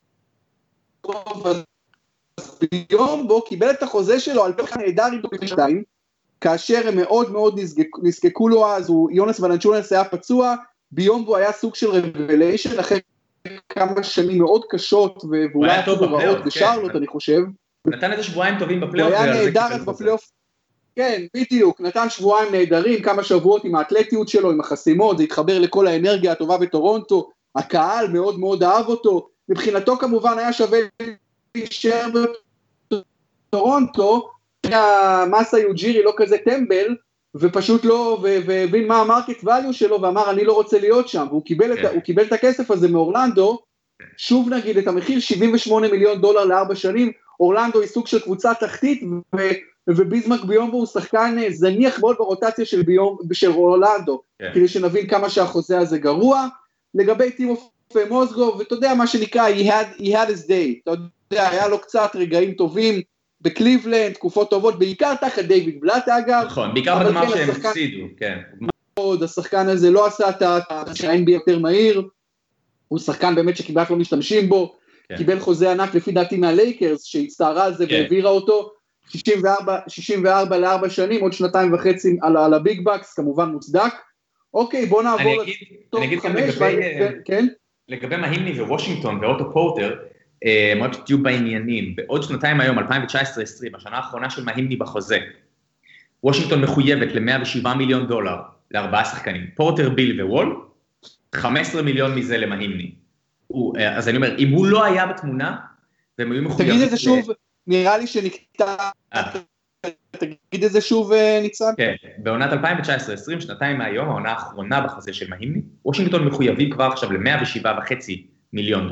ביומבו קיבל את החוזה שלו על פרח נהדר עם דוקשטיין, כאשר הם מאוד מאוד נזקקו לו אז, יונס ולנצ'ונס היה פצוע, ביומבו היה סוג של רבליישן, אחרי כמה שנים מאוד קשות, ואולי אפילו רעות בשרלוט, אני חושב. נתן איזה שבועיים טובים בפלייאוף. הוא היה נהדר אז בפלייאוף, כן, בדיוק, נתן שבועיים נהדרים, כמה שבועות עם האתלטיות שלו, עם החסימות, זה התחבר לכל האנרגיה הטובה בטורונטו, הקהל מאוד מאוד אהב אותו, מבחינתו כמובן היה שווה להישאר בטורונטו, המסה יוג'ירי לא כזה טמבל, ופשוט לא, והבין מה המרקט ואליו שלו, ואמר אני לא רוצה להיות שם, והוא קיבל את הכסף הזה מאורלנדו, שוב נגיד את המחיר $78 מיליון ל4 שנים, אורלנדו היא סוג של קבוצה תחתית, וביזמק ביומבו הוא שחקן זניח מאוד ברוטציה של אורלנדו, כדי שנבין כמה שהחוזה הזה גרוע, לגבי טימופי מוזגו, ואתה יודע מה שנקרא, he had his day, אתה יודע, היה לו קצת רגעים טובים, בקליבלנד, תקופות טובות, בעיקר תחת דיוויד בלאט אגב. נכון, בעיקר בגמר שהם הפסידו, כן. השחקן הזה לא עשה את ה-NBA יותר מהיר, הוא שחקן באמת שכמעט לא משתמשים בו, קיבל חוזה ענק לפי דעתי מהלייקרס, שהצטערה על זה והעבירה אותו, 64 ל4 שנים, עוד 2.5 על הביג בקס, כמובן מוצדק. אוקיי, בוא נעבור לטופ 5. לגבי מהימני ווושינגטון ואוטו פורטר, מאוד שתהיו בעניינים, בעוד שנתיים היום, 2019-2020, השנה האחרונה של מהימני בחוזה, וושינגטון מחויבת ל$107 מיליון ל4 שחקנים, פורטר, ביל ווול, 15 מיליון מזה למהימני. אז אני אומר, אם הוא לא היה בתמונה, והם היו מחויבים... תגיד את זה שוב, נראה לי שנקטע... תגיד את זה שוב, ניצן. כן, בעונת 2019-2020, שנתיים מהיום, העונה האחרונה בחוזה של מהימני, וושינגטון מחויבים כבר עכשיו ל$107.5 מיליון,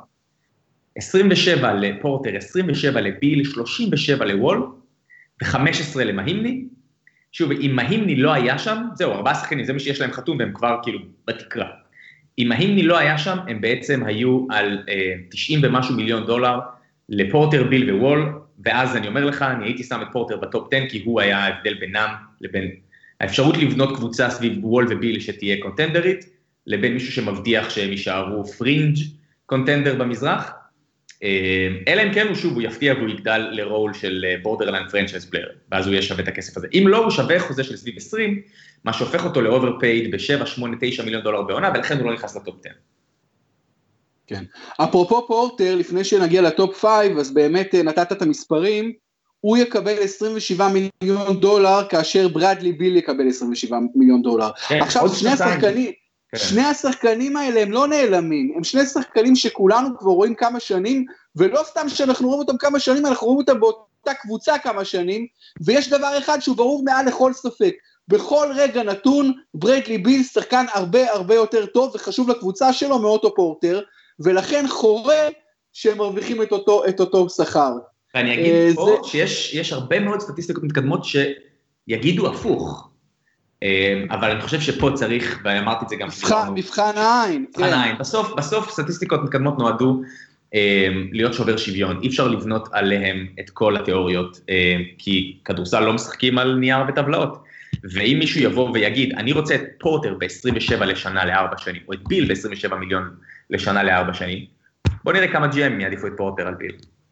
27 לפורטר, 27 לביל, 37 לוול, ו-15 למהימני. שוב, אם מהימני לא היה שם, זהו, 4 שחקנים, זה מי שיש להם חתום, והם כבר כאילו בתקרה. אם מהימני לא היה שם, הם בעצם היו על 90 ומשהו מיליון דולר, לפורטר, ביל ווול, ואז אני אומר לך, אני הייתי שם את פורטר בטופ 10, כי הוא היה ההבדל בינם, לבין האפשרות לבנות קבוצה סביב וול וביל שתהיה קונטנדרית, לבין מישהו שמבטיח שהם יישארו פרינג' קונטנדר במזרח, אלא אם כן הוא שוב, הוא יפתיע והוא יגדל לרול של בורדרלנד פרנצ'ייז פלייר, ואז הוא יהיה שווה את הכסף הזה. אם לא, הוא שווה חוזה של סביב 20, מה שהופך אותו לאוברפייד ב-7, 8, 9 מיליון דולר בעונה, ולכן הוא לא נכנס לטופ 10. כן. אפרופו פורטר, לפני שנגיע לטופ 5, אז באמת נתת את המספרים, הוא יקבל $27 מיליון, כאשר ברדלי ביל יקבל $27 מיליון. כן, עכשיו, שני השחקנים האלה הם לא נעלמים, הם שני שחקנים שכולנו כבר רואים כמה שנים, ולא סתם שאנחנו רואים אותם כמה שנים, אנחנו רואים אותם באותה קבוצה כמה שנים, ויש דבר אחד שהוא ברור מעל לכל ספק, בכל רגע נתון, ברדלי ביל שחקן הרבה הרבה יותר טוב, וחשוב לקבוצה שלו מאוטו פורטר, ולכן חורה שהם מרוויחים את אותו שכר. ואני אגיד פה שיש הרבה מאוד סטטיסטיקות מתקדמות שיגידו הפוך, אבל אני חושב שפה צריך, ואמרתי את זה גם... מבחן העין. מבחן העין. בסוף סטטיסטיקות מתקדמות נועדו להיות שובר שוויון, אי אפשר לבנות עליהם את כל התיאוריות, כי כדורסל לא משחקים על נייר וטבלאות, ואם מישהו יבוא ויגיד, אני רוצה את פורטר ב-27 לשנה ל4 שנים, או את ביל ב-27 מיליון לשנה ל4 שנים, בוא נראה כמה GM יעדיפו את פורטר על ביל.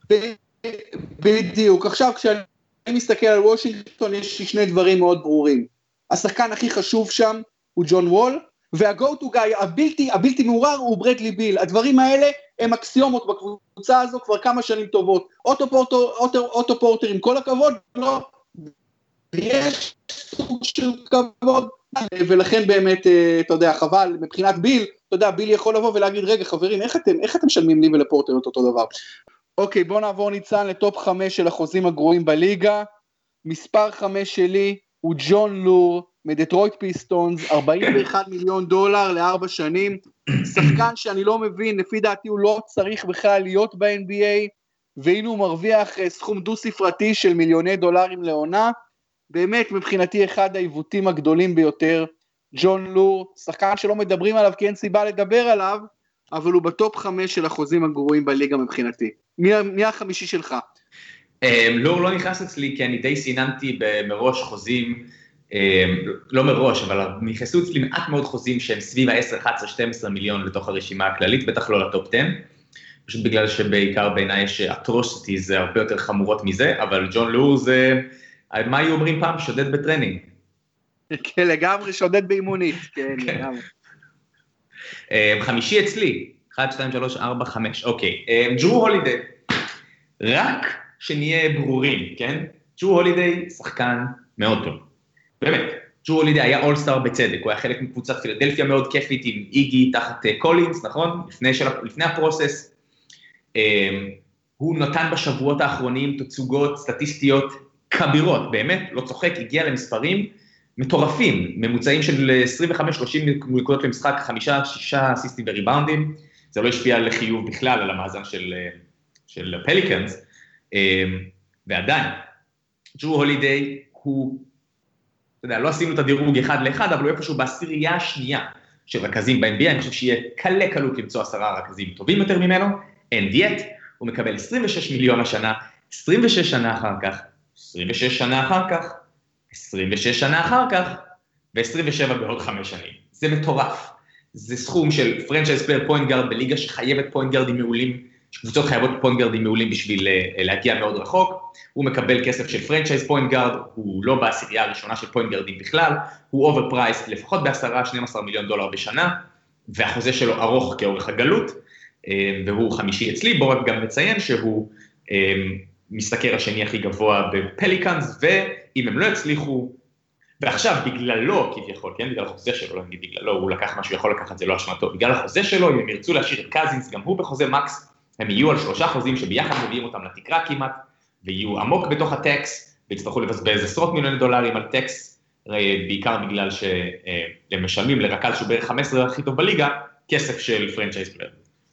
בדיוק, עכשיו כשאני מסתכל על וושינגטון, יש לי שני דברים מאוד ברורים. השחקן הכי חשוב שם הוא ג'ון וול, והגו-טו גאי הבלתי מעורר הוא ברדלי ביל. הדברים האלה הם אקסיומות בקבוצה הזו כבר כמה שנים טובות. אוטו פורטר עם כל הכבוד, לא, יש סוג של כבוד, ולכן באמת, אתה יודע, חבל, מבחינת ביל, אתה יודע, ביל יכול לבוא ולהגיד, רגע חברים, איך אתם משלמים לי ולפורטר את אותו דבר? אוקיי, בוא נעבור ניצן לטופ 5 של החוזים הגרועים בליגה. מספר 5 שלי הוא ג'ון לור, מדטרויט פיסטונס, $41 מיליון ל4 שנים, שחקן שאני לא מבין, לפי דעתי הוא לא צריך בכלל להיות ב-NBA, והנה הוא מרוויח סכום דו ספרתי של $מיליוני לעונה, באמת מבחינתי אחד העיוותים הגדולים ביותר, ג'ון לור, שחקן שלא מדברים עליו כי אין סיבה לדבר עליו, אבל הוא בטופ 5 של החוזים הגרועים בליגה מבחינתי. מי החמישי שלך? לא נכנס אצלי, כי אני די סיננתי מראש חוזים, לא מראש, אבל נכנסו אצלי מעט מאוד חוזים שהם סביב ה-10, 11, 12 מיליון לתוך הרשימה הכללית, בטח לא לטופ 10, פשוט בגלל שבעיקר בעיניי יש אטרוסיטי, זה הרבה יותר חמורות מזה, אבל ג'ון לור זה, מה היו אומרים פעם? שודד בטרנינג. כן, לגמרי שודד באימונית, כן, לגמרי. חמישי אצלי, 1, 2, 3, 4, 5, אוקיי. ג'רו הולידיי, רק שנהיה ברורים, כן? ג'רו הולידיי שחקן מאוד טוב, באמת. ג'רו הולידיי היה אולסטאר בצדק, הוא היה חלק מקבוצת פילדלפיה מאוד כיפית עם איגי תחת קולינס, נכון? לפני הפרוסס. הוא נתן בשבועות האחרונים תצוגות סטטיסטיות כבירות, באמת, לא צוחק, הגיע למספרים מטורפים, ממוצעים של 25-30 נקודות למשחק, 5-6 אסיסטים וריבאונדים, זה לא השפיע לחיוב בכלל על המאזן של פליקנס, ועדיין, ג'רו הולידיי הוא, אתה יודע, לא עשינו את הדירוג אחד לאחד, אבל הוא איפשהו בעשירייה השנייה של רכזים ב-NBA, אני חושב שיהיה קלות למצוא 10 רכזים טובים יותר ממנו, אין דיאט, הוא מקבל 26 מיליון השנה, 26 שנה אחר כך, 26 שנה אחר כך, 26 שנה אחר כך, ו-27 בעוד 5 שנים. זה מטורף. זה סכום של פרנצ'ייז פלייר פוינט גארד בליגה שחייבת פוינט גארדים מעולים, שקבוצות חייבות פוינט גארדים מעולים בשביל להגיע מאוד רחוק, הוא מקבל כסף של פרנצ'ייז פוינט גארד, הוא לא בעשירייה הראשונה של פוינט גארדים בכלל, הוא אוברפרייסט לפחות ב10-12 מיליון דולר בשנה, והחוזה שלו ארוך כאורך הגלות, והוא חמישי אצלי, בואו רק גם נציין שהוא מסתכר השני הכי גבוה בפליקנס, ואם הם לא הצליחו, ועכשיו בגללו כביכול, כן, בגלל החוזה שלו, לא נגיד בגללו, הוא לקח משהו, יכול לקחת, זה לא אשמתו, בגלל החוזה שלו, אם הם ירצו להשאיר את קזינס, גם הוא בחוזה מקס, הם יהיו על 3 חוזים שביחד מביאים אותם לתקרה כמעט, ויהיו עמוק בתוך הטקס, ויצטרכו לבזבז עשרות מיליוני דולרים על טקס, בעיקר בגלל שהם משלמים לרכז שהוא בערך 15 הכי טוב בליגה, כסף של פרנצ'ייז פלייר.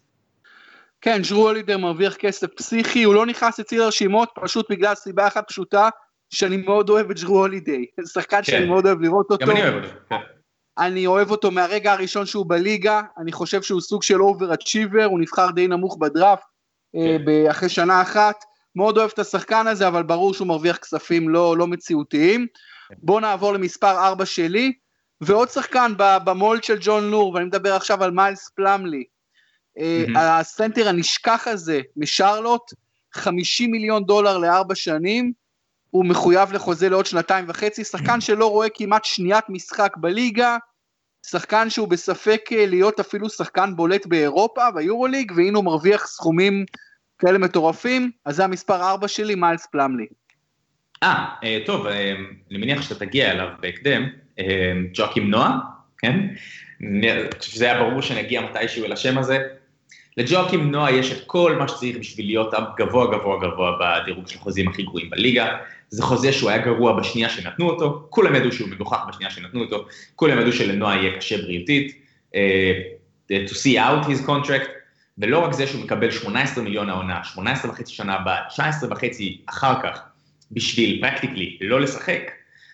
כן, ג'רו הולידיי מרוויח כסף פסיכי, הוא לא נכנס אצלי לרשימות, פשוט בגלל סיבה אחת פשוטה, שאני מאוד אוהב את ג'רו הולידיי, שחקן שאני מאוד אוהב לראות אותו. גם אני אוהב אותו, כן. אני אוהב אותו מהרגע הראשון שהוא בליגה, אני חושב שהוא סוג של אובר-אצ'יבר, הוא נבחר די נמוך בדראפט, אחרי שנה אחת, מאוד אוהב את השחקן הזה, אבל ברור שהוא מרוויח כספים לא מציאותיים. בואו נעבור למספר 4 שלי, ועוד שחקן במולד של ג'ון לור, ואני מדבר עכשיו על מיילס פלאמלי, הסנטר הנשכח הזה משרלוט, $50 מיליון ל4 שנים, הוא מחויב לחוזה לעוד 2.5, שחקן שלא רואה כמעט שניית משחק בליגה, שחקן שהוא בספק להיות אפילו שחקן בולט באירופה, ביורוליג, והנה הוא מרוויח סכומים כאלה מטורפים, אז זה המספר 4 שלי, מיילס פלאמלי. טוב, אני מניח שאתה תגיע אליו בהקדם, ג'וקים נועה, כן? אני חושב שזה היה ברור שנגיע מתישהו אל השם הזה, לג'וקים נועה יש את כל מה שצריך בשביל להיות גבוה בדירוג של החוזים הכי גרועים בליגה, זה חוזה שהוא היה גרוע בשנייה שנתנו אותו, כולם ידעו שהוא מגוחך בשנייה שנתנו אותו, כולם ידעו שלנועה יהיה קשה בריאותית, to see out his contract, ולא רק זה שהוא מקבל 18 מיליון העונה, 18.5 שנה הבאה, 19.5 אחר כך, בשביל פרקטיקלי לא לשחק,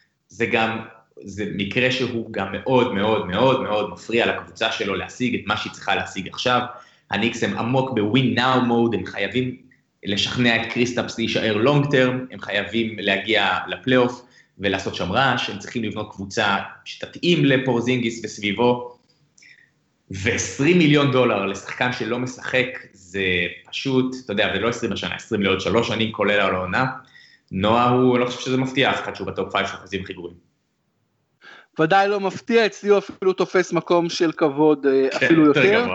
זה מקרה שהוא גם מאוד מאוד מאוד מאוד מפריע לקבוצה שלו להשיג את מה שהיא צריכה להשיג עכשיו, הניקס הם עמוק בווין נאו מוד, הם חייבים לשכנע את קריסטאפס להישאר לונג טרם, הם חייבים להגיע לפלייאוף ולעשות שם רעש, הם צריכים לבנות קבוצה שתתאים לפורזינגיס וסביבו, ו$20 מיליון לשחקן שלא משחק, זה פשוט, אתה יודע, ולא 20 השנה, 20 לעוד 3 שנים, כולל על העונה, נועה הוא, אני לא חושב שזה מפתיע, אף אחד שהוא בטופ 5 של חוזים הכי גרועים. ודאי לא מפתיע, אצלי הוא אפילו תופס מקום של כבוד, אפילו יותר.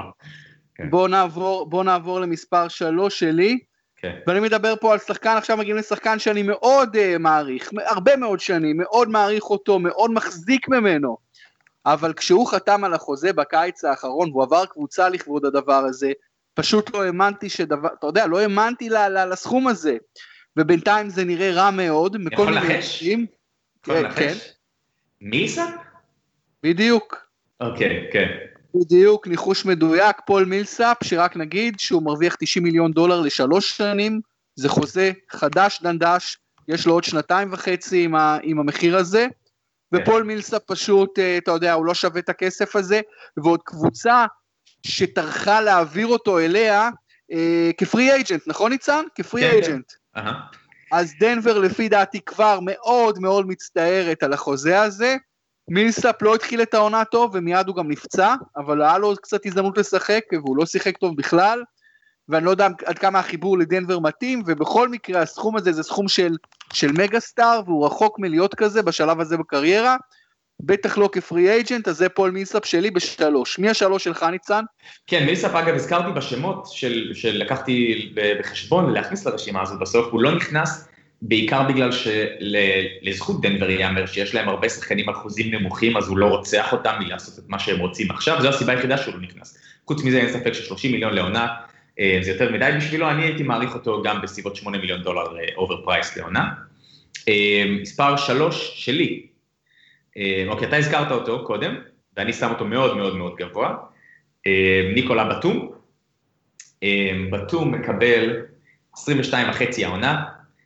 בוא נעבור למספר 3 שלי, ואני מדבר פה על שחקן, עכשיו מגיעים לשחקן שאני מאוד מעריך, הרבה מאוד שנים, מאוד מעריך אותו, מאוד מחזיק ממנו, אבל כשהוא חתם על החוזה בקיץ האחרון, והוא עבר קבוצה לכבוד הדבר הזה, פשוט לא האמנתי אתה יודע, לא האמנתי לסכום הזה, ובינתיים זה נראה רע מאוד, יכול לחש? יכול לחש? מילסאפ? בדיוק. אוקיי, כן. בדיוק, ניחוש מדויק, פול מילסאפ, שרק נגיד שהוא מרוויח $90 מיליון ל3 שנים, זה חוזה חדש דנדש, יש לו עוד 2.5 עם המחיר הזה, ופול מילסאפ פשוט, אתה יודע, הוא לא שווה את הכסף הזה, ועוד קבוצה שטרחה להעביר אותו אליה, כפרי אייג'נט, נכון ניצן? כפרי אייג'נט. אז דנבר לפי דעתי כבר מאוד מאוד מצטערת על החוזה הזה, מילסאפ לא התחיל את העונה טוב, ומיד הוא גם נפצע, אבל היה לו קצת הזדמנות לשחק, והוא לא שיחק טוב בכלל, ואני לא יודע עד כמה החיבור לדנבר מתאים, ובכל מקרה הסכום הזה זה סכום של מגה סטאר, והוא רחוק מלהיות כזה בשלב הזה בקריירה, בטח לא כפרי אייג'נט, אז זה פול מילסאפ שלי ב3. מי ה3 שלך ניצן? כן, מילסאפ אגב הזכרתי בשמות שלקחתי בחשבון להכניס לרשימה הזאת בסוף, הוא לא נכנס בעיקר בגלל שלזכות דנבר יאמר שיש להם הרבה שחקנים על חוזים נמוכים, אז הוא לא רוצח אותם מלעשות את מה שהם רוצים עכשיו, זו הסיבה היחידה שהוא לא נכנס. חוץ מזה אין ספק ש$30 מיליון לעונה, זה יותר מדי בשבילו, אני הייתי מעריך אותו גם בסביבות $8 מיליון אוברפרייס לעונה. מספר 3 שלי, אוקיי, אתה הזכרת אותו קודם, ואני שם אותו מאוד מאוד מאוד גבוה, ניקולה בטום, בטום מקבל 22.5 העונה,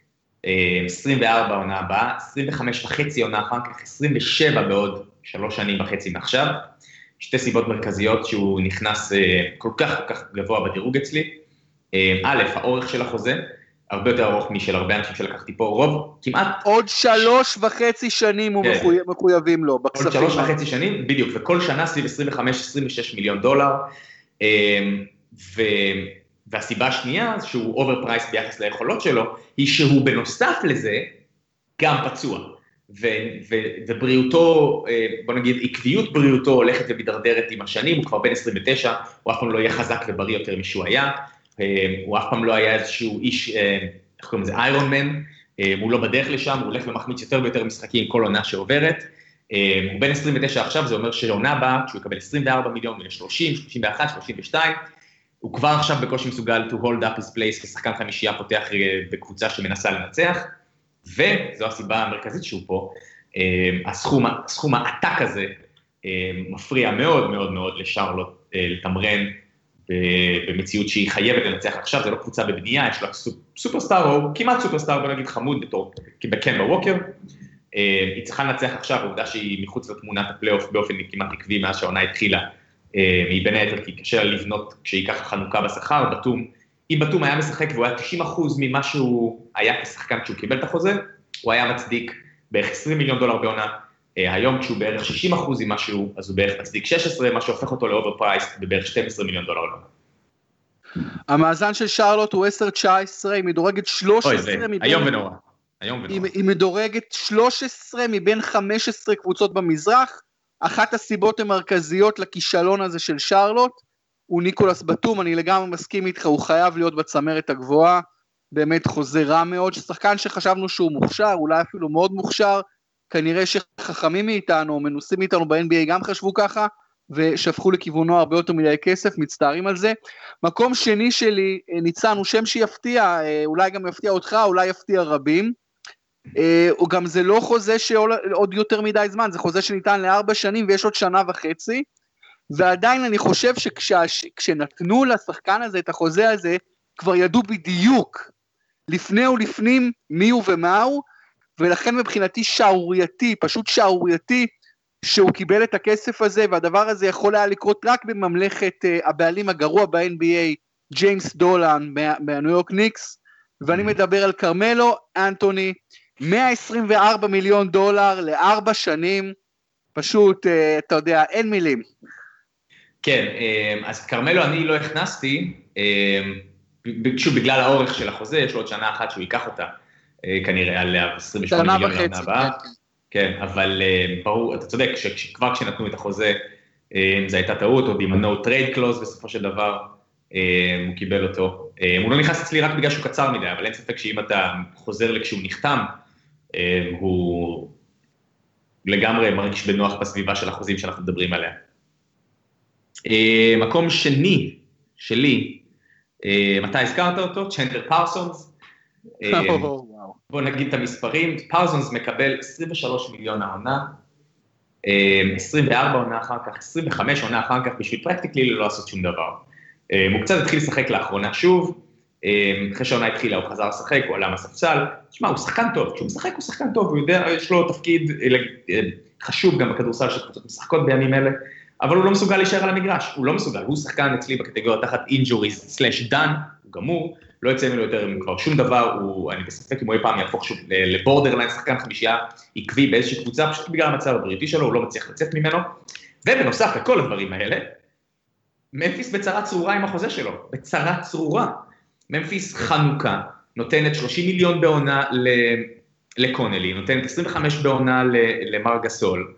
24 העונה הבאה, 25.5 העונה אחר כך, 27 בעוד 3 שנים וחצי מעכשיו, שתי סיבות מרכזיות שהוא נכנס כל כך גבוה בדירוג אצלי, א', האורך של החוזה, הרבה יותר ארוך משל הרבה אנשים שלקחתי פה, רוב, כמעט... עוד 3.5 שנים הוא מחויבים לו, בכספים. עוד 3.5 שנים, בדיוק, וכל שנה סביב 25-26 מיליון דולר, והסיבה השנייה, שהוא אוברפרייס ביחס ליכולות שלו, היא שהוא בנוסף לזה, גם פצוע, ובריאותו, בוא נגיד, עקביות בריאותו הולכת ומתדרדרת עם השנים, הוא כבר בן 29, הוא אף פעם לא יהיה חזק ובריא יותר משהו היה, הוא אף פעם לא היה איזשהו איש, איך קוראים לזה, איירון מן, הוא לא בדרך לשם, הוא הולך ומחמיץ יותר ויותר משחקים כל עונה שעוברת, הוא בן 29 עכשיו, זה אומר שעונה הבאה, כשהוא יקבל 24 מיליון, הוא יהיה 30, 31, 32, הוא כבר עכשיו בקושי מסוגל to hold up his place, כשחקן חמישייה פותח בקבוצה שמנסה לנצח, וזו הסיבה המרכזית שהוא פה, הסכום העתק הזה, מפריע מאוד מאוד מאוד לשרלוט לתמרן, במציאות שהיא חייבת לנצח עכשיו, זה לא קבוצה בבנייה, יש לה סופרסטאר, או כמעט סופרסטאר, בוא נגיד חמוד בתור, בקמבה ווקר, היא צריכה לנצח עכשיו, העובדה שהיא מחוץ לתמונת הפלייאוף באופן כמעט עקבי מאז שהעונה התחילה, היא בין היתר כי קשה לה לבנות כשהיא ככה חנוכה בשכר, אם בטום היה משחק והוא היה 90% ממה שהוא היה כשחקן כשהוא קיבל את החוזה, הוא היה מצדיק בערך 20 מיליון דולר בעונה, היום כשהוא בערך 60% ממשהו, אז הוא בערך מצדיק 16, מה שהופך אותו לאובר פרייס בבערך 12 מיליון דולר. המאזן של שרלוט הוא 10-19, היא מדורגת 13 מבין... היום ונורא. היא מדורגת 13 מבין 15 קבוצות במזרח, אחת הסיבות המרכזיות לכישלון הזה של שרלוט, הוא ניקולס בטום, אני לגמרי מסכים איתך, הוא חייב להיות בצמרת הגבוהה, באמת חוזה רע מאוד, ששחקן שחשבנו שהוא מוכשר, אולי אפילו מאוד מוכשר, כנראה שחכמים מאיתנו, מנוסים מאיתנו ב-NBA גם חשבו ככה, ושפכו לכיוונו הרבה יותר מדי כסף, מצטערים על זה. מקום שני שלי, ניצן, הוא שם שיפתיע, אולי גם יפתיע אותך, אולי יפתיע רבים, הוא גם זה לא חוזה שעוד יותר מדי זמן, זה חוזה שניתן ל4 שנים, ויש עוד 1.5 שנה, ועדיין אני חושב שכשנתנו לשחקן הזה את החוזה הזה, כבר ידעו בדיוק, לפני ולפנים מי הוא ומה הוא, ולכן מבחינתי שערורייתי, פשוט שערורייתי, שהוא קיבל את הכסף הזה, והדבר הזה יכול היה לקרות רק בממלכת הבעלים הגרוע ב-NBA, ג'יימס דולן, מהניו יורק ניקס, ואני מדבר על קרמלו אנטוני, $124 מיליון ל4 שנים, פשוט, אתה יודע, אין מילים. כן, אז קרמלו אני לא הכנסתי, שוב בגלל האורך של החוזה, יש לו עוד 1 שנה שהוא ייקח אותה, כנראה על 28 מיליון לעונה הבאה. כן, אבל ברור, אתה צודק, שכבר כשנתנו את החוזה, זה הייתה טעות, או בימנו טרייד קלוז בסופו של דבר, הוא קיבל אותו. הוא לא נכנס אצלי רק בגלל שהוא קצר מדי, אבל אין ספק שאם אתה חוזר לכשהוא נחתם, הוא לגמרי מרגיש בנוח בסביבה של החוזים שאנחנו מדברים עליה. מקום שני שלי, מתי הזכרת אותו? צ'נדלר פרסונס. בואו נגיד את המספרים, פרסונס מקבל 23 מיליון העונה, 24 עונה אחר כך, 25 עונה אחר כך, בשביל פרקטיקלי לא לעשות שום דבר. הוא קצת התחיל לשחק לאחרונה שוב, אחרי שהעונה התחילה הוא חזר לשחק, הוא עלה מהספסל, תשמע, הוא שחקן טוב, כשהוא משחק הוא שחקן טוב, הוא יודע, יש לו תפקיד חשוב גם בכדורסל שקבוצות משחקות בימים אלה, אבל הוא לא מסוגל להישאר על המגרש, הוא לא מסוגל, הוא שחקן אצלי בקטגוריה תחת injuries/done, הוא גמור, לא יצא ממנו יותר כבר שום דבר, אני בספק אם הוא אי פעם יהפוך שוב לבורדרליין, שחקן חמישייה עקבי באיזושהי קבוצה, פשוט בגלל המצב הבריאותי שלו, הוא לא מצליח לצאת ממנו, ובנוסף לכל הדברים האלה, ממפיס בצרה צרורה עם החוזה שלו, בצרה צרורה. ממפיס חנוכה, נותנת 30 מיליון בעונה לקונלי, נותנת 25 בעונה למר גסול,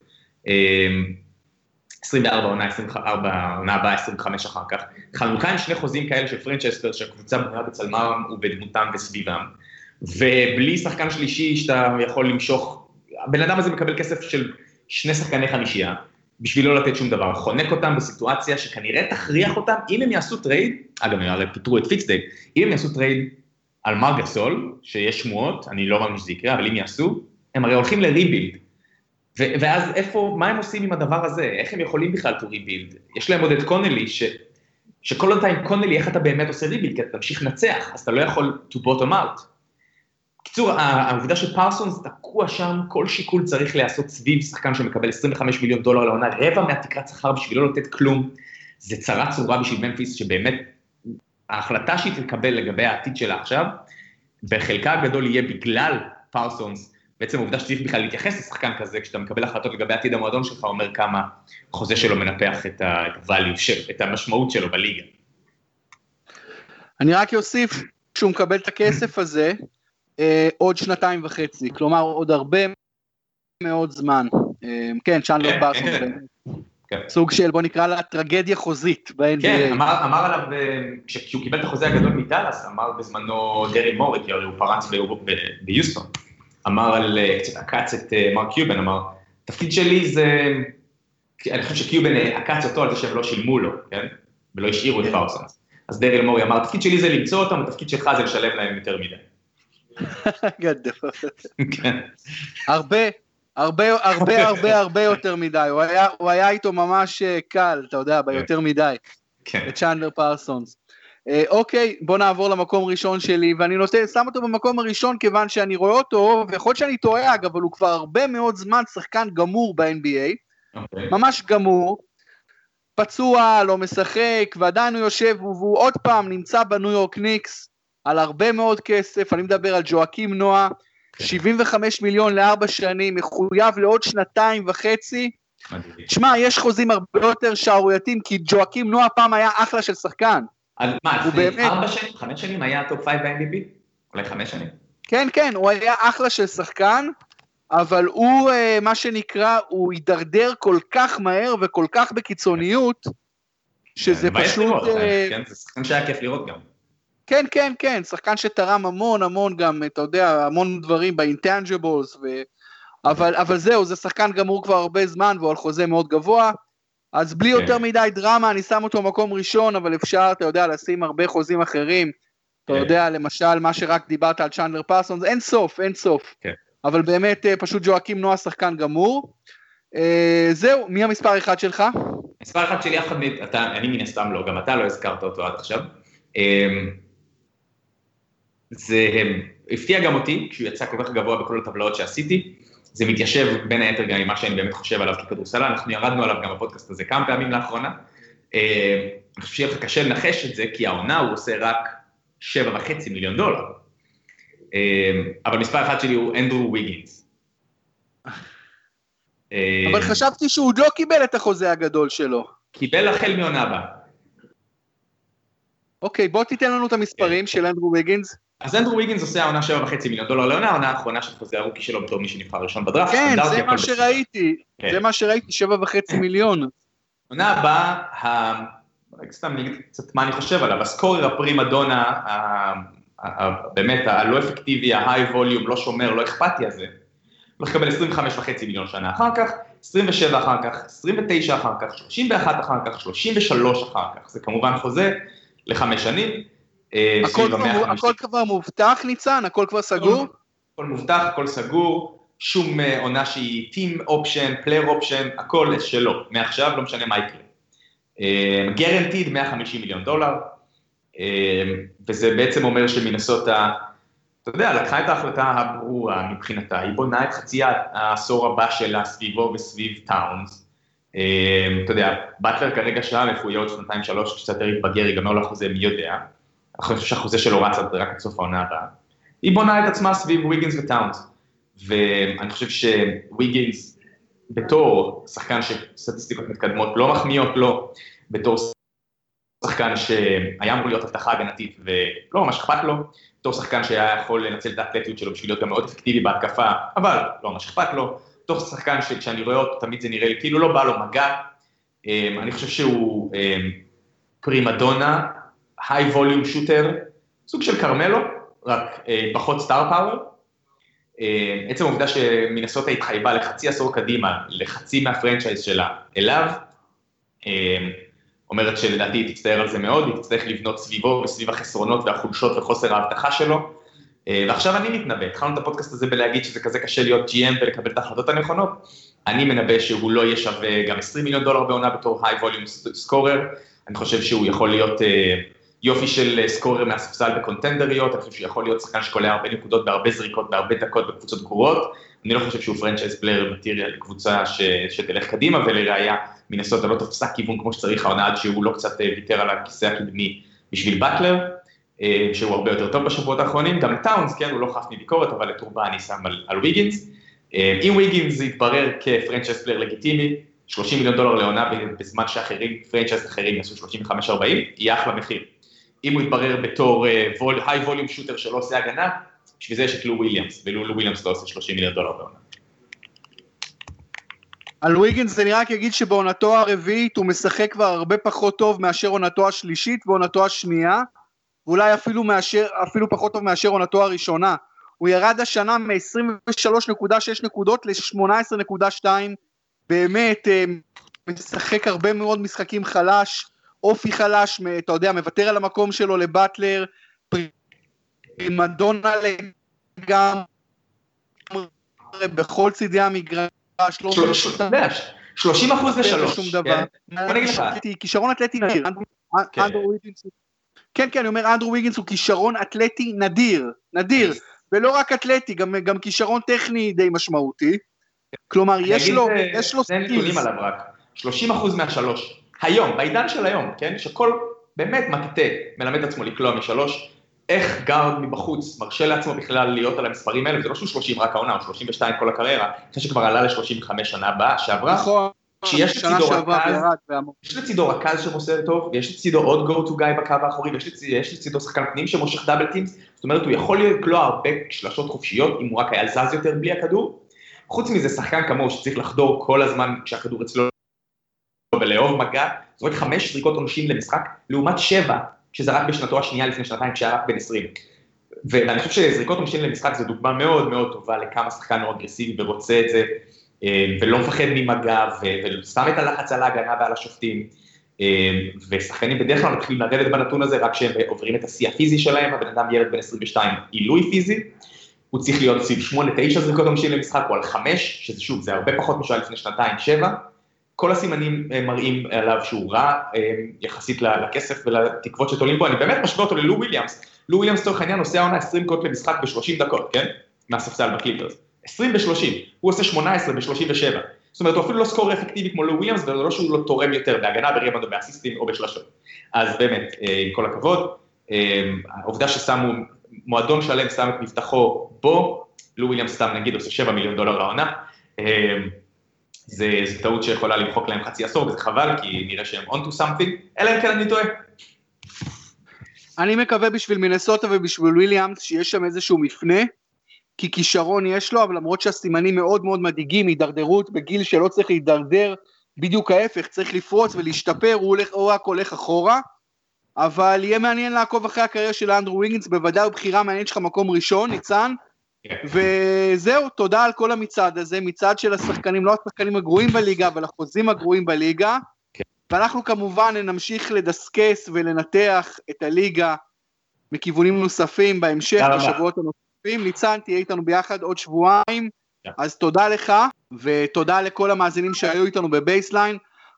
24 עונה, 24 עונה הבאה, 25 אחר כך. חנוכה עם שני חוזים כאלה של פרנצ'סטר, שהקבוצה בנויה בצלמם ובדמותם וסביבם, ובלי שחקן שלישי שאתה יכול למשוך, הבן אדם הזה מקבל כסף של שני שחקני חמישייה, בשביל לא לתת שום דבר, חונק אותם בסיטואציה שכנראה תכריח אותם, אם הם יעשו טרייד, אגב, הם הרי פיתרו את פיצדייל, אם הם יעשו טרייד על מר גסול, שיש שמועות, אני לא מאמין שזה יקרה, אבל אם יעשו, הם הרי הולכים לריבילד, ואז איפה, מה הם עושים עם הדבר הזה? איך הם יכולים בכלל to rebuild? יש להם עוד את קונלי, שכל אותה עם קונלי, איך אתה באמת עושה ריבילד? כי אתה תמשיך לנצח, אז אתה לא יכול to bottom out. קיצור, העובדה שפרסונס תקוע שם, כל שיקול צריך לעשות סביב שחקן שמקבל 25 מיליון דולר לעונה, רבע מהתקרת שכר בשביל לא לתת כלום, זה צרה צרורה בשביל ממפיס, שבאמת ההחלטה שהיא תקבל לגבי העתיד שלה עכשיו, בחלקה הגדול יהיה בגלל פרסונס, בעצם העובדה שצריך בכלל להתייחס לשחקן כזה, כשאתה מקבל החלטות לגבי עתיד המועדון שלך, אומר כמה חוזה שלו מנפח את ה-value, את המשמעות שלו בליגה. אני רק אוסיף שהוא מקבל את הכסף הזה, עוד 2.5, כלומר עוד הרבה מאוד זמן. כן, צ'אנדלר פרסונס, סוג של, בוא נקרא לה, טרגדיה חוזית ב-NBA. כן, אמר עליו, כשהוא קיבל את החוזה הגדול מדלס, אמר בזמנו דרי מורי, כי הרי הוא פרץ ביוסטון, אמר על, קצת עקץ את מרק קיובן, אמר, תפקיד שלי זה, אני חושב שקיובן עקץ אותו על זה שהם לא שילמו לו, כן? ולא השאירו את פרסונס. אז דרי מורי אמר, התפקיד שלי זה למצוא אותם, התפקיד שלך זה לשלם להם יותר מדי. גדול. הרבה יותר מדי, הוא היה איתו ממש קל, אתה יודע, ביותר מדי, את צ'אנדלר פרסונס. אוקיי, בוא נעבור למקום ראשון שלי, ואני שם אותו במקום הראשון כיוון שאני רואה אותו, ויכול להיות שאני טועה, אבל הוא כבר הרבה מאוד זמן שחקן גמור ב-NBA, ממש גמור, פצוע, לא משחק, ועדיין הוא יושב, והוא עוד פעם נמצא בניו יורק ניקס, על הרבה מאוד כסף, אני מדבר על ג'ואקים נועה, 75 מיליון ל4 שנים, מחויב לעוד 2.5, תשמע, יש חוזים הרבה יותר שערורייתיים, כי ג'ואקים נועה פעם היה אחלה של שחקן. אז מה, לפני 4 שנים, 5 שנים היה טופ 5 ב-MVP? אולי 5 שנים? כן, כן, הוא היה אחלה של שחקן, אבל הוא, מה שנקרא, הוא יידרדר כל כך מהר וכל כך בקיצוניות, שזה פשוט... כן, זה שחקן שהיה כיף לראות גם. כן, כן, כן, שחקן שתרם המון גם, אתה יודע, המון דברים באינטנג'יבלס, אבל זהו, זה שחקן גמור כבר הרבה זמן, והוא על חוזה מאוד גבוה, אז בלי יותר מדי דרמה, אני שם אותו מקום ראשון, אבל אפשר, אתה יודע, לשים הרבה חוזים אחרים, אתה יודע, למשל, מה שרק דיברת על צ'אנדלר פרסונס, אין סוף, אבל באמת, פשוט ג'ואקים נועה שחקן גמור, זהו, מי המספר 1 שלך? מספר 1 שלי, אף אחד, אני מן הסתם לא, גם אתה לא הזכרת אותו עד עכשיו, זה הפתיע גם אותי, כשהוא יצא כל כך גבוה בכל הטבלאות שעשיתי, זה מתיישב בין היתר גם עם מה שאני באמת חושב עליו ככדורסלן, אנחנו ירדנו עליו גם בפודקאסט הזה כמה פעמים לאחרונה, אני חושב שיהיה לך קשה לנחש את זה, כי העונה הוא עושה רק 7.5 מיליון דולר, אבל מספר 1 שלי הוא אנדרו ויגינס. אבל חשבתי שהוא עוד לא קיבל את החוזה הגדול שלו. קיבל החל מעונה הבאה. אוקיי, בוא תיתן לנו את המספרים של אנדרו ויגינס. אז אנדרו ויגינס עושה העונה 7.5 מיליון דולר לעונה, העונה האחרונה של חוזה הרוקי שלו בתור מי שנבחר ראשון בדראפט. כן, זה מה שראיתי, 7.5 מיליון. עונה הבאה, סתם נגיד קצת מה אני חושב עליו, הסקורר הפרימה דונה, באמת הלא אפקטיבי, ההיי ווליום, לא שומר, לא אכפתי הזה, הוא לקבל 25.5 מיליון שנה אחר כך, 27 אחר כך, 29 אחר כך, 31 אחר כך, 33 אחר כך, זה כמובן חוזה ל5 שנים, הכל כבר מובטח ניצן? הכל כבר סגור? הכל מובטח, הכל סגור, שום עונה שהיא טים אופשן, פלייר אופשן, הכל שלו, מעכשיו לא משנה מה יקרה. גרנטיד 150 מיליון דולר, וזה בעצם אומר שמינסוטה, אתה יודע, לקחה את ההחלטה הברורה מבחינתה, היא בונה את חצי העשור הבא שלה סביבו וסביב טאונס, אתה יודע, באטלר כרגע שם, איפה הוא יהיה עוד 2-3, קצת יותר יתבגר, ייגמר לחוזה, מי יודע, אני חושב שהחוזה שלו רץ רק עד סוף העונה הבאה. היא בונה את עצמה סביב ויגינס וטאונס, ואני חושב שוויגינס בתור שחקן שסטטיסטיקות מתקדמות לא מחמיאות לו, בתור שחקן שהיה אמור להיות הבטחה הגנתית ולא ממש אכפת לו, בתור שחקן שהיה יכול לנצל את האתלטיות שלו בשביל להיות גם מאוד אפקטיבי בהתקפה, אבל לא ממש אכפת לו, בתור שחקן שכשאני רואה אותו תמיד זה נראה לי כאילו לא בא לו מגע, אני חושב שהוא פרימדונה, היי ווליום שוטר, סוג של קרמלו, רק פחות סטאר פאוור. עצם העובדה שמינסוטה התחייבה לחצי עשור קדימה, לחצי מהפרנצ'ייז שלה אליו, אומרת שלדעתי היא תצטער על זה מאוד, היא תצטרך לבנות סביבו וסביב החסרונות והחולשות וחוסר ההבטחה שלו, ועכשיו אני מתנבא, התחלנו את הפודקאסט הזה בלהגיד שזה כזה קשה להיות GM ולקבל את ההחלטות הנכונות, אני מנבא שהוא לא יהיה שווה גם $20 מיליון בעונה בתור היי ווליום סקורר, אני חושב שהוא יכול להיות יופי של סקורר מהספסל בקונטנדריות, אני חושב שהוא יכול להיות שחקן שקולע הרבה נקודות בהרבה זריקות, בהרבה דקות בקבוצות גרועות, אני לא חושב שהוא פרנצ'ייז פלייר מטריאל לקבוצה שתלך קדימה, ולראיה מינסוטה לא תפסה כיוון כמו שצריך העונה עד שהוא לא קצת ויתר על הכיסא הקדמי בשביל באטלר, שהוא הרבה יותר טוב בשבועות האחרונים, גם לטאונס, כן, הוא לא חף מביקורת, אבל לטורבה אני שם על ויגינס, אם ויגינס יתברר כפרנצ'ייז פלייר לגיטימי, $30 מיליון לעונה בזמן שאחרים, פרנצ'ייז אחרים יעשו 35-40, יהיה אחלה מחיר. אם הוא יתברר בתור היי ווליום שוטר שלא עושה הגנה, בשביל זה יש את לו וויליאמס, ולו וויליאמס לא עושה $30 מיליון בעונה. על ויגינס אני רק אגיד שבעונתו הרביעית הוא משחק כבר הרבה פחות טוב מאשר עונתו השלישית ועונתו השנייה, ואולי אפילו פחות טוב מאשר עונתו הראשונה. הוא ירד השנה מ-23.6 נקודות ל-18.2, באמת משחק הרבה מאוד משחקים חלש, אופי חלש, אתה יודע, מוותר על המקום שלו לבטלר, פרימדונה לגמרי, בכל צידי המגרש, 30% ל-3, כישרון אתלטי נדיר, כן, אני אומר, אנדרו ויגינס הוא כישרון אתלטי נדיר, ולא רק אתלטי, גם כישרון טכני די משמעותי, כלומר, יש לו סטילס. 30% מהשלוש, היום, בעידן של היום, כן, שכל באמת מקטה מלמד עצמו לקלוע משלוש, איך גארד מבחוץ מרשה לעצמו בכלל להיות על המספרים האלה, זה לא שהוא 30 רק העונה, הוא 32 כל הקריירה, אחרי שכבר עלה ל-35 שנה הבאה, שעברה, נכון, שיש לצידו רכז שמוסר טוב, ויש לצידו עוד go to guy בקו האחורי, ויש לצידו שחקן פנים שמושך דאבל טימס, זאת אומרת, הוא יכול לקלוע הרבה שלשות חופשיות, אם הוא רק היה זז יותר בלי הכדור, חוץ מזה שחקן כמוהו שצריך לחדור כל הזמן כשהכדור אצלו ולאהוב מגע, זורק 5 זריקות עונשין למשחק, לעומת 7, שזה רק בשנתו השנייה לפני שנתיים, כשהיה רק בן 20. ואני חושב שזריקות עונשין למשחק זו דוגמה מאוד מאוד טובה לכמה שחקן הוא אגרסיבי ורוצה את זה, ולא מפחד ממגע, ושם את הלחץ על ההגנה ועל השופטים, ושחקנים בדרך כלל מתחילים לרדת בנתון הזה, רק כשהם עוברים את השיא הפיזי שלהם, הבן אדם ילד בן 22 עילוי פיזי, הוא צריך להיות סביב 8-9 זריקות עונשין למשחק, או על 5, שזה שוב, זה הרבה פחות משהו לפני שנתיים, 7, כל הסימנים מראים עליו שהוא רע, יחסית לכסף ולתקוות שתולים בו, אני באמת משווה אותו ללו וויליאמס, לו וויליאמס תוך העניין עושה העונה 20 דקות למשחק ב-30 דקות, כן? מהספסל בקליפרס, 20 ב-30, הוא עושה 18 ב-37, זאת אומרת, הוא אפילו לא סקור אפקטיבי כמו לו וויליאמס, וזה לא שהוא לא תורם יותר בהגנה, בריבאונד או באסיסטים או בשלשות, אז באמת, עם כל הכבוד, העובדה ששמו, מועדון שלם שם את מבטחו בו, לו וויליאמס סתם נגיד עושה $7 מיליון לעונה, זה טעות שיכולה למחוק להם חצי עשור, וזה חבל, כי נראה שהם on to something, אלא אם כן אני טועה. אני מקווה בשביל מינסוטה ובשביל וויליאמס, שיש שם איזשהו מפנה, כי כישרון יש לו, אבל למרות שהסימנים מאוד מאוד מדאיגים, הידרדרות בגיל שלא צריך להידרדר, בדיוק ההפך, צריך לפרוץ ולהשתפר, הוא רק הולך אחורה, אבל יהיה מעניין לעקוב אחרי הקריירה של אנדרו ויגינס, בוודאי בבחירה מעניינת שלך מקום ראשון, ניצן, וזהו, תודה על כל המצעד הזה, מצעד של השחקנים, לא השחקנים הגרועים בליגה, אבל החוזים הגרועים בליגה, ואנחנו כמובן נמשיך לדסקס ולנתח את הליגה מכיוונים נוספים בהמשך, בשבועות הנוספים. ניצן, תהיה איתנו ביחד עוד שבועיים, אז תודה לך, ותודה לכל המאזינים שהיו איתנו בבייסליין,